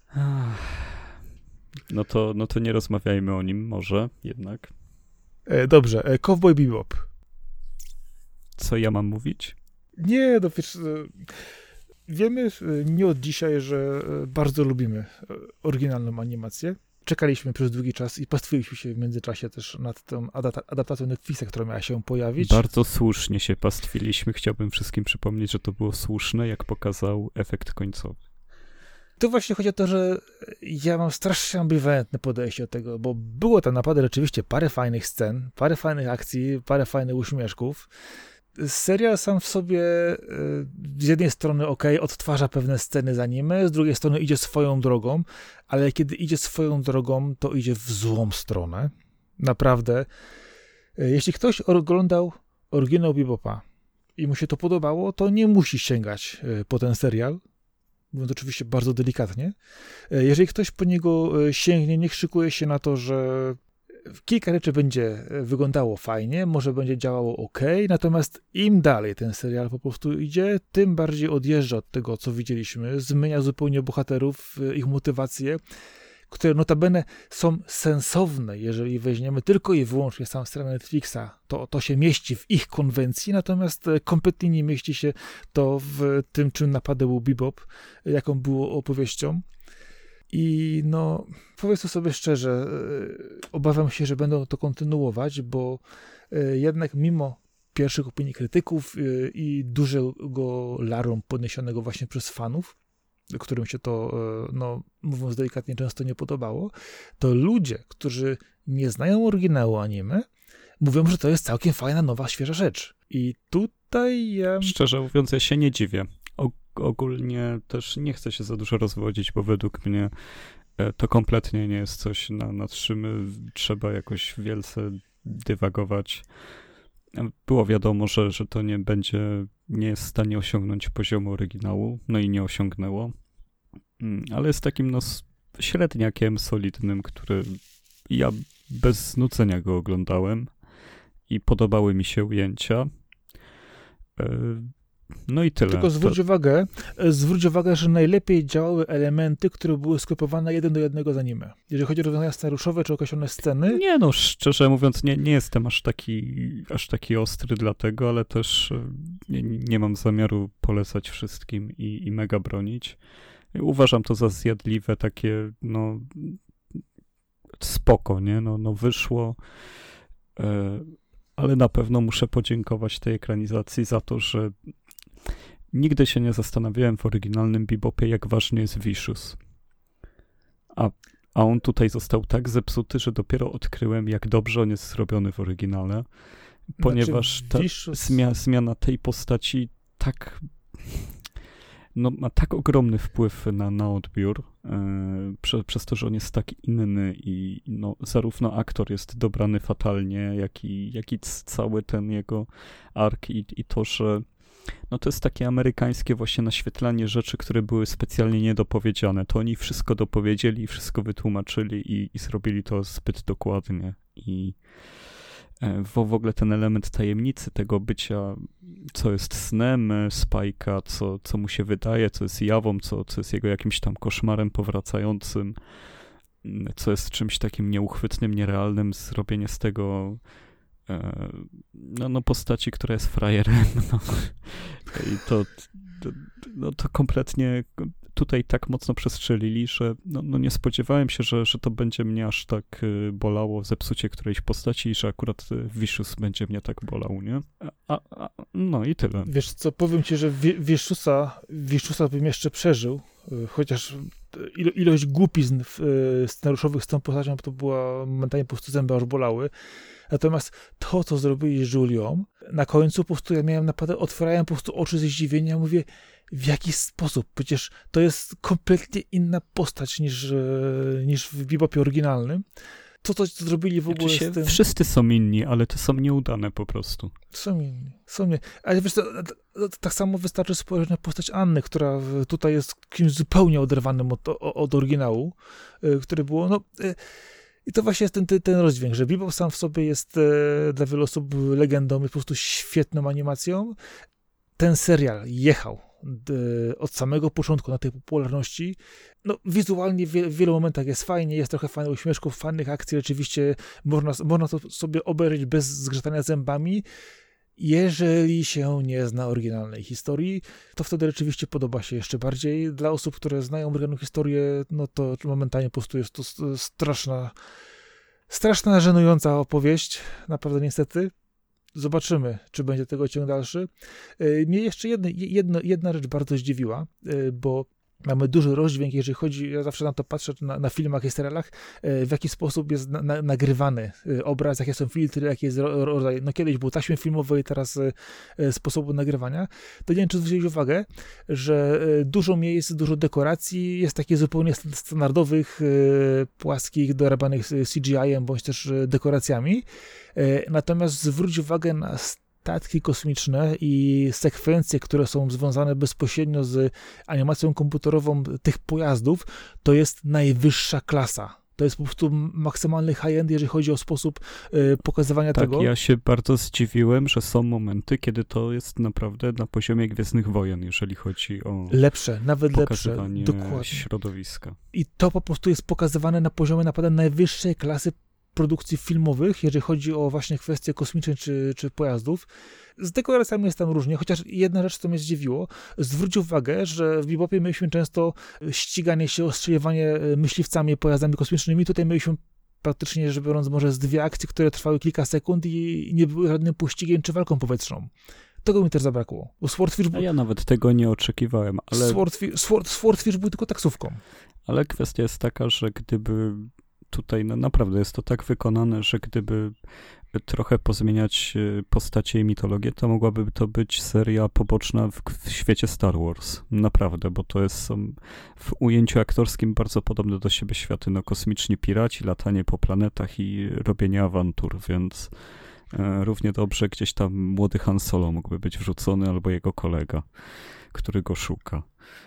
Speaker 2: No to nie rozmawiajmy o nim może jednak.
Speaker 1: Dobrze, Cowboy Bebop.
Speaker 2: Co ja mam mówić?
Speaker 1: Nie, wiesz, wiemy nie od dzisiaj, że bardzo lubimy oryginalną animację. Czekaliśmy przez długi czas i pastwiliśmy się w międzyczasie też nad tą adaptacją Netflixa, która miała się pojawić.
Speaker 2: Bardzo słusznie się pastwiliśmy. Chciałbym wszystkim przypomnieć, że to było słuszne, jak pokazał efekt końcowy.
Speaker 1: Tu właśnie chodzi o to, że ja mam strasznie ambiwalentne podejście do tego, bo było tam naprawdę rzeczywiście parę fajnych scen, parę fajnych akcji, parę fajnych uśmieszków. Serial sam w sobie z jednej strony odtwarza pewne sceny z anime, z drugiej strony idzie swoją drogą, ale kiedy idzie swoją drogą, to idzie w złą stronę. Naprawdę. Jeśli ktoś oglądał oryginał Bebopa i mu się to podobało, to nie musi sięgać po ten serial, mówiąc oczywiście bardzo delikatnie. Jeżeli ktoś po niego sięgnie, niech szykuje się na to, że kilka rzeczy będzie wyglądało fajnie, może będzie działało natomiast im dalej ten serial po prostu idzie, tym bardziej odjeżdża od tego, co widzieliśmy, zmienia zupełnie bohaterów, ich motywacje, które notabene są sensowne, jeżeli weźmiemy tylko i wyłącznie sam stronę Netflixa, to się mieści w ich konwencji, natomiast kompletnie nie mieści się to w tym, czym naprawdę był Bebop, jaką było opowieścią. I powiedzmy sobie szczerze, obawiam się, że będą to kontynuować, bo jednak mimo pierwszych opinii krytyków i dużego larum podniesionego właśnie przez fanów, którym się to, mówiąc delikatnie, często nie podobało, to ludzie, którzy nie znają oryginału anime, mówią, że to jest całkiem fajna, nowa, świeża rzecz. I tutaj
Speaker 2: Szczerze mówiąc, ja się nie dziwię. Ogólnie też nie chcę się za dużo rozwodzić, bo według mnie to kompletnie nie jest coś, nad czym trzeba jakoś wielce dywagować. Było wiadomo, że to nie jest w stanie osiągnąć poziomu oryginału, i nie osiągnęło. Ale jest takim średniakiem solidnym, który ja bez znudzenia go oglądałem i podobały mi się ujęcia. No i tyle.
Speaker 1: Tylko zwróć uwagę, że najlepiej działały elementy, które były skopiowane 1:1 z anime. Jeżeli chodzi o rozwiązania scenariuszowe czy określone sceny.
Speaker 2: Nie no, szczerze mówiąc, nie jestem aż taki ostry dlatego, ale też nie mam zamiaru polecać wszystkim i mega bronić. Uważam to za zjadliwe, takie no spoko, nie? No wyszło, ale na pewno muszę podziękować tej ekranizacji za to, że nigdy się nie zastanawiałem w oryginalnym Bebopie, jak ważny jest Vicious. A on tutaj został tak zepsuty, że dopiero odkryłem, jak dobrze on jest zrobiony w oryginale, ponieważ ta zmiana tej postaci tak... No, ma tak ogromny wpływ na odbiór, przez to, że on jest tak inny i no, zarówno aktor jest dobrany fatalnie, jak i cały ten jego ark i to, że no, to jest takie amerykańskie właśnie naświetlanie rzeczy, które były specjalnie niedopowiedziane. To oni wszystko dopowiedzieli, wszystko wytłumaczyli i zrobili to zbyt dokładnie. I w ogóle ten element tajemnicy tego bycia, co jest snem Spike'a, co mu się wydaje, co jest jawą, co jest jego jakimś tam koszmarem powracającym, co jest czymś takim nieuchwytnym, nierealnym, zrobienie z tego no postaci, która jest frajerem. No. I to kompletnie tutaj tak mocno przestrzelili, że no nie spodziewałem się, że to będzie mnie aż tak bolało zepsucie którejś postaci i że akurat Vicious będzie mnie tak bolał, nie? No i tyle.
Speaker 1: Wiesz co, powiem ci, że Vicious'a bym jeszcze przeżył, chociaż ilość głupizn scenariuszowych z tą postacią to była momentami po prostu zęby aż bolały. Natomiast to, co zrobili z Julią, na końcu po prostu ja miałem naprawdę, otwierałem po prostu oczy ze zdziwienia, mówię, w jaki sposób? Przecież to jest kompletnie inna postać niż w Bebopie oryginalnym. Co zrobili w ogóle z tym?
Speaker 2: Wszyscy są inni, ale to są nieudane po prostu.
Speaker 1: Są inni. Ale wiesz, tak samo wystarczy spojrzeć na postać Anny, która tutaj jest kimś zupełnie oderwanym od oryginału, który było, no... I to właśnie jest ten rozdźwięk, że Bebop sam w sobie jest dla wielu osób legendą, jest po prostu świetną animacją. Ten serial jechał od samego początku na tej popularności. No, wizualnie w wielu momentach jest fajnie, jest trochę fajnych uśmieszków, fajnych akcji, rzeczywiście można to sobie obejrzeć bez zgrzytania zębami. Jeżeli się nie zna oryginalnej historii, to wtedy rzeczywiście podoba się jeszcze bardziej. Dla osób, które znają oryginalną historię, no to momentalnie po prostu jest to straszna, żenująca opowieść. Naprawdę niestety. Zobaczymy, czy będzie tego ciąg dalszy. Mnie jeszcze jedna rzecz bardzo zdziwiła, bo mamy duży rozdźwięk, jeżeli chodzi, ja zawsze na to patrzę, na filmach i serialach, w jaki sposób jest nagrywany obraz, jakie są filtry, jaki jest rodzaj, no kiedyś był taśmy filmowej, teraz sposobu nagrywania, to nie wiem, czy zwróciłeś uwagę, że dużo miejsc, dużo dekoracji jest takich zupełnie standardowych, płaskich, dorabanych CGI-em, bądź też dekoracjami, natomiast zwróć uwagę na statki kosmiczne i sekwencje, które są związane bezpośrednio z animacją komputerową tych pojazdów, to jest najwyższa klasa. To jest po prostu maksymalny high-end, jeżeli chodzi o sposób pokazywania tego.
Speaker 2: Tak, ja się bardzo zdziwiłem, że są momenty, kiedy to jest naprawdę na poziomie Gwiezdnych Wojen, jeżeli chodzi o
Speaker 1: nawet
Speaker 2: pokazywanie
Speaker 1: lepsze, dokładnie.
Speaker 2: Środowiska.
Speaker 1: I to po prostu jest pokazywane na poziomie naprawdę najwyższej klasy produkcji filmowych, jeżeli chodzi o właśnie kwestie kosmiczne czy pojazdów. Z dekoracjami jest tam różnie, chociaż jedna rzecz, co mnie zdziwiło, zwróć uwagę, że w Bebopie mieliśmy często ściganie się, ostrzeliwanie myśliwcami, pojazdami kosmicznymi. Tutaj mieliśmy praktycznie, rzecz biorąc, może z 2 akcje, które trwały kilka sekund i nie były żadnym pościgiem czy walką powietrzną. Tego mi też zabrakło. Bo Swordfish
Speaker 2: A ja nawet tego nie oczekiwałem, ale...
Speaker 1: Swordfish był tylko taksówką.
Speaker 2: Ale kwestia jest taka, że gdyby tutaj no naprawdę jest to tak wykonane, że gdyby trochę pozmieniać postacie i mitologię, to mogłaby to być seria poboczna w świecie Star Wars. Naprawdę, bo to jest w ujęciu aktorskim bardzo podobne do siebie światy. No, kosmiczni piraci, latanie po planetach i robienie awantur, więc równie dobrze gdzieś tam młody Han Solo mógłby być wrzucony, albo jego kolega, który go szuka.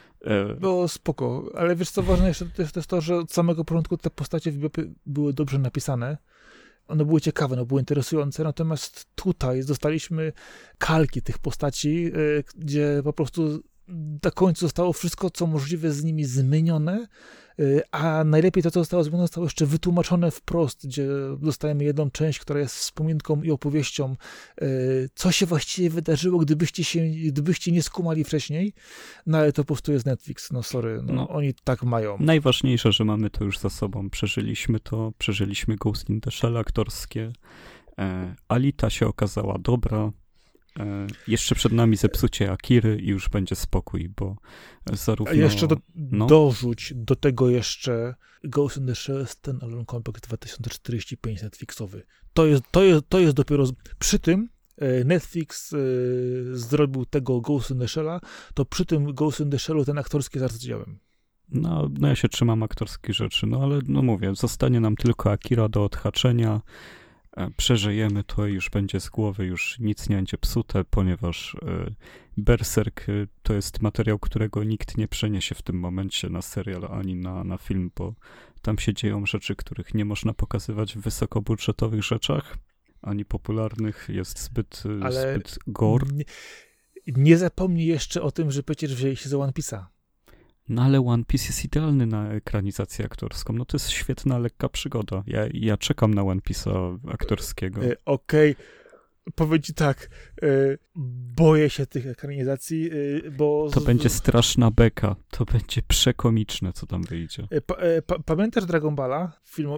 Speaker 1: No spoko, ale wiesz co, ważne jeszcze to jest to, że od samego początku te postacie w Bebopie były dobrze napisane one były ciekawe, one były interesujące, natomiast tutaj dostaliśmy kalki tych postaci, gdzie po prostu na końcu zostało wszystko, co możliwe z nimi zmienione, a najlepiej to, co zostało zmienione, zostało jeszcze wytłumaczone wprost, gdzie dostajemy jedną część, która jest wspominką i opowieścią, co się właściwie wydarzyło, gdybyście nie skumali wcześniej, no ale to po prostu jest Netflix, no sorry, no, oni tak mają.
Speaker 2: Najważniejsze, że mamy to już za sobą, przeżyliśmy Ghost in the Shell aktorskie, Alita się okazała dobra, jeszcze przed nami zepsucie Akiry i już będzie spokój, bo zarówno...
Speaker 1: A jeszcze dorzuć do tego jeszcze Ghost in the Shell Standalone Compact 2045 Netflixowy. To jest dopiero... Przy tym Netflix zrobił tego Ghost in the Shell'a, to przy tym Ghost in the Shellu ten aktorski zarzuciłem.
Speaker 2: No ja się trzymam aktorskich rzeczy, no ale no mówię, zostanie nam tylko Akira do odhaczenia, przeżyjemy to i już będzie z głowy, już nic nie będzie psute, ponieważ Berserk to jest materiał, którego nikt nie przeniesie w tym momencie na serial ani na film, bo tam się dzieją rzeczy, których nie można pokazywać w wysokobudżetowych rzeczach, ani popularnych, jest zbyt gore.
Speaker 1: Nie zapomnij jeszcze o tym, że przecież wzięli się za One Piece'a.
Speaker 2: No ale One Piece jest idealny na ekranizację aktorską. No to jest świetna, lekka przygoda. Ja czekam na One Piece'a aktorskiego.
Speaker 1: Okej. Powiem ci tak, boję się tych ekranizacji, bo...
Speaker 2: To będzie straszna beka. To będzie przekomiczne, co tam wyjdzie.
Speaker 1: Pamiętasz Dragon Balla?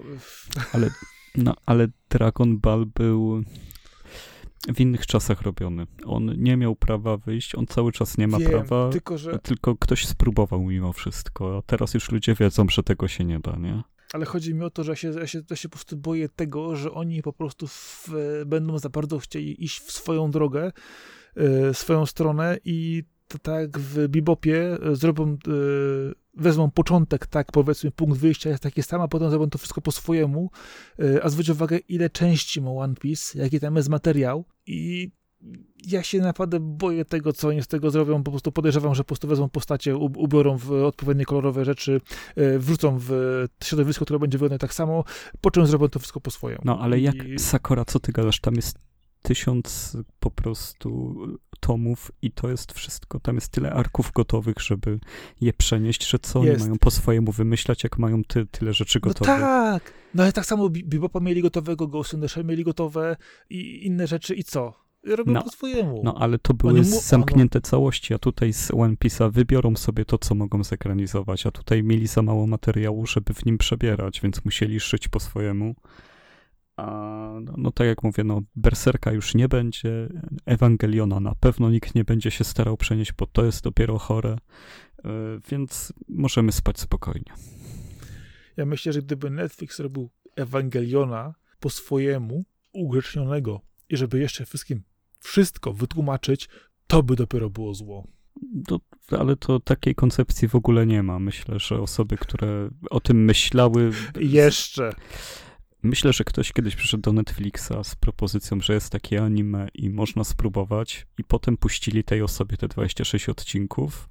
Speaker 2: Ale Dragon Ball był w innych czasach robiony. On nie miał prawa wyjść, on cały czas nie ma prawa, tylko ktoś spróbował mimo wszystko, a teraz już ludzie wiedzą, że tego się nie da, nie?
Speaker 1: Ale chodzi mi o to, że ja się po prostu boję tego, że oni po prostu będą za bardzo chcieli iść w swoją drogę, swoją stronę i to tak w Bebopie zrobią, wezmą początek, tak powiedzmy, punkt wyjścia jest taki sam, a potem zrobią to wszystko po swojemu, a zwróć uwagę, ile części ma One Piece, jaki tam jest materiał i ja się naprawdę boję tego, co oni z tego zrobią, po prostu podejrzewam, że po prostu wezmą postacie, ubiorą w odpowiednie kolorowe rzeczy, wrzucą w środowisko, które będzie wyglądać tak samo, po czym zrobią to wszystko po swojemu.
Speaker 2: No ale jak Sakura, co ty gadasz, tam jest 1000 po prostu tomów i to jest wszystko, tam jest tyle arków gotowych, żeby je przenieść, że co oni mają po swojemu wymyślać, jak mają tyle rzeczy gotowych.
Speaker 1: No tak, no ale tak samo Bebopa mieli gotowego, Ghost in the Shell mieli gotowe i inne rzeczy i co? Robią po swojemu.
Speaker 2: No ale to były zamknięte całości, a tutaj z One Piece'a wybiorą sobie to, co mogą zekranizować, a tutaj mieli za mało materiału, żeby w nim przebierać, więc musieli szyć po swojemu. No tak jak mówię, Berserka już nie będzie, Ewangeliona na pewno nikt nie będzie się starał przenieść, bo to jest dopiero chore, więc możemy spać spokojnie.
Speaker 1: Ja myślę, że gdyby Netflix robił Ewangeliona po swojemu, ugrzecznionego i żeby jeszcze wszystko wytłumaczyć, to by dopiero było zło.
Speaker 2: Ale to takiej koncepcji w ogóle nie ma. Myślę, że osoby, które o tym myślały... Myślę, że ktoś kiedyś przyszedł do Netflixa z propozycją, że jest takie anime i można spróbować i potem puścili tej osobie te 26 odcinków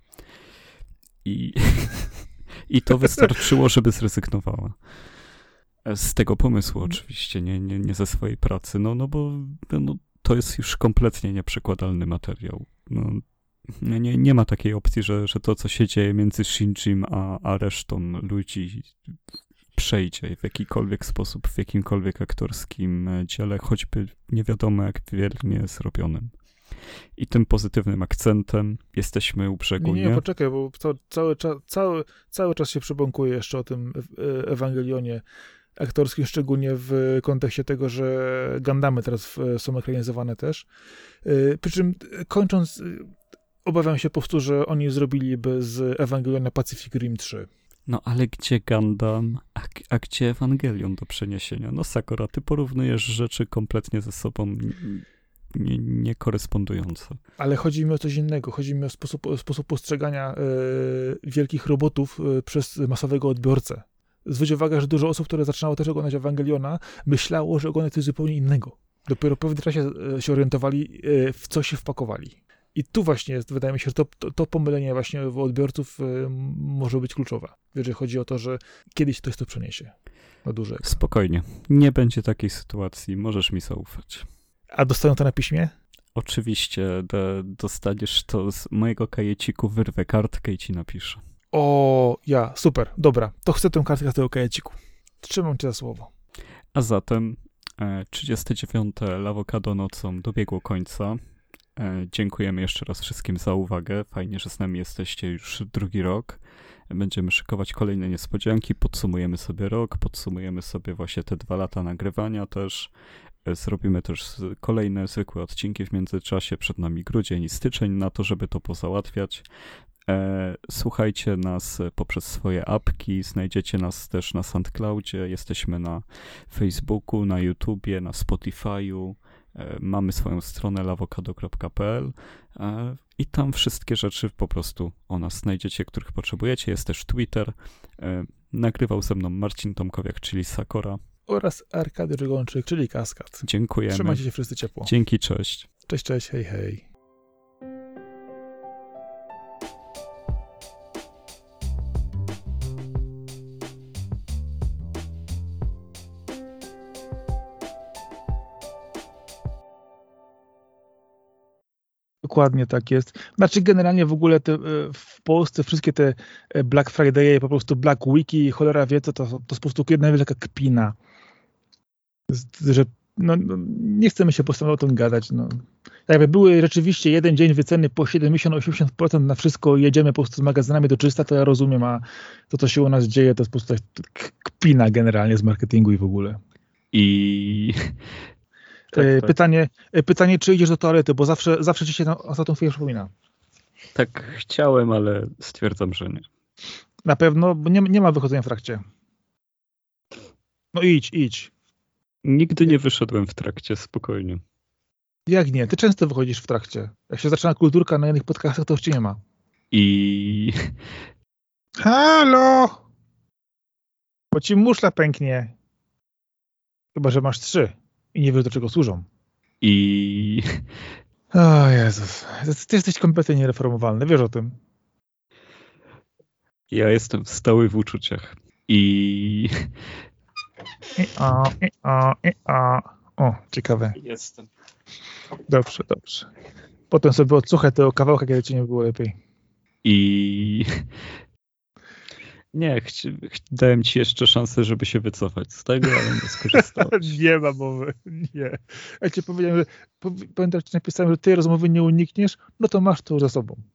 Speaker 2: i to wystarczyło, żeby zrezygnowała. Z tego pomysłu oczywiście, nie ze swojej pracy, bo to jest już kompletnie nieprzekładalny materiał. Nie ma takiej opcji, że to, co się dzieje między Shinjim a resztą ludzi przejdzie w jakikolwiek sposób, w jakimkolwiek aktorskim dziele, choćby nie wiadomo jak wiernie zrobionym. I tym pozytywnym akcentem jesteśmy u brzegu, nie?
Speaker 1: Nie, poczekaj, bo cały czas się przebąkuje jeszcze o tym Ewangelionie aktorskim, szczególnie w kontekście tego, że Gundamy teraz są ekranizowane też. Przy czym kończąc, obawiam się po prostu, że oni zrobiliby z Ewangeliona Pacific Rim 3.
Speaker 2: No ale gdzie Gundam, a gdzie Ewangelion do przeniesienia? Sakura, ty porównujesz rzeczy kompletnie ze sobą niekorespondujące.
Speaker 1: Ale chodzi mi o coś innego. Chodzi mi o sposób postrzegania wielkich robotów przez masowego odbiorcę. Zwróć uwagę, że dużo osób, które zaczynało też oglądać Ewangeliona, myślało, że ogląda coś zupełnie innego. Dopiero po pewnym czasie się orientowali, w co się wpakowali. I tu właśnie jest, wydaje mi się, że to pomylenie właśnie u odbiorców może być kluczowe, jeżeli chodzi o to, że kiedyś ktoś to przeniesie na duży ekran.
Speaker 2: Spokojnie, nie będzie takiej sytuacji, możesz mi zaufać.
Speaker 1: A dostają to na piśmie?
Speaker 2: Oczywiście, dostaniesz to z mojego kajeciku, wyrwę kartkę i ci napiszę.
Speaker 1: Super, dobra, to chcę tę kartkę z tego kajeciku. Trzymam cię za słowo.
Speaker 2: A zatem 39. Lawokado nocą dobiegło końca. Dziękujemy jeszcze raz wszystkim za uwagę. Fajnie, że z nami jesteście już drugi rok. Będziemy szykować kolejne niespodzianki, podsumujemy sobie rok, podsumujemy sobie właśnie te 2 lata nagrywania też. Zrobimy też kolejne zwykłe odcinki w międzyczasie, przed nami grudzień i styczeń na to, żeby to pozałatwiać. Słuchajcie nas poprzez swoje apki, znajdziecie nas też na SoundCloudzie, jesteśmy na Facebooku, na YouTubie, na Spotify'u, mamy swoją stronę lawokado.pl i tam wszystkie rzeczy po prostu o nas znajdziecie, których potrzebujecie. Jest też Twitter, nagrywał ze mną Marcin Tomkowiak, czyli Sakora.
Speaker 1: Oraz Arkady Żygończyk, czyli Kaskad.
Speaker 2: Dziękujemy.
Speaker 1: Trzymajcie się wszyscy ciepło.
Speaker 2: Dzięki, cześć.
Speaker 1: Cześć, hej, hej. Dokładnie tak jest. Znaczy generalnie w ogóle w Polsce wszystkie te Black Friday, po prostu Black Weeki, cholera wie, to po prostu jedna wielka kpina. Że nie chcemy się po prostu o tym gadać. Jakby były rzeczywiście jeden dzień wyceny po 70-80% na wszystko, jedziemy po prostu z magazynami do czysta, to ja rozumiem, a to, co się u nas dzieje, to jest po prostu kpina generalnie z marketingu i w ogóle. Tak. Pytanie, czy idziesz do toalety, bo zawsze ci się za tą chwilę przypomina.
Speaker 2: Tak chciałem, ale stwierdzam, że nie.
Speaker 1: Na pewno, bo nie ma wychodzenia w trakcie. No idź.
Speaker 2: Nigdy nie wyszedłem w trakcie, spokojnie.
Speaker 1: Jak nie? Ty często wychodzisz w trakcie. Jak się zaczyna kulturka na jednych podcastach, to już cię nie ma. Halo! Bo ci muszla pęknie. Chyba, że masz 3 i nie wiesz, do czego służą. O Jezus. Ty jesteś kompletnie niereformowalny, wiesz o tym.
Speaker 2: Ja jestem stały w uczuciach.
Speaker 1: O, ciekawe.
Speaker 2: Jestem.
Speaker 1: Dobrze. Potem sobie odsłuchaj tego kawałka, kiedy ci nie było lepiej.
Speaker 2: Nie, dałem ci jeszcze szansę, żeby się wycofać z tego, ale nie skorzystałeś.
Speaker 1: Nie ma mowy, nie. Ja ci powiedziałem, że pamiętasz, napisałem, że tej rozmowy nie unikniesz, no to masz to za sobą.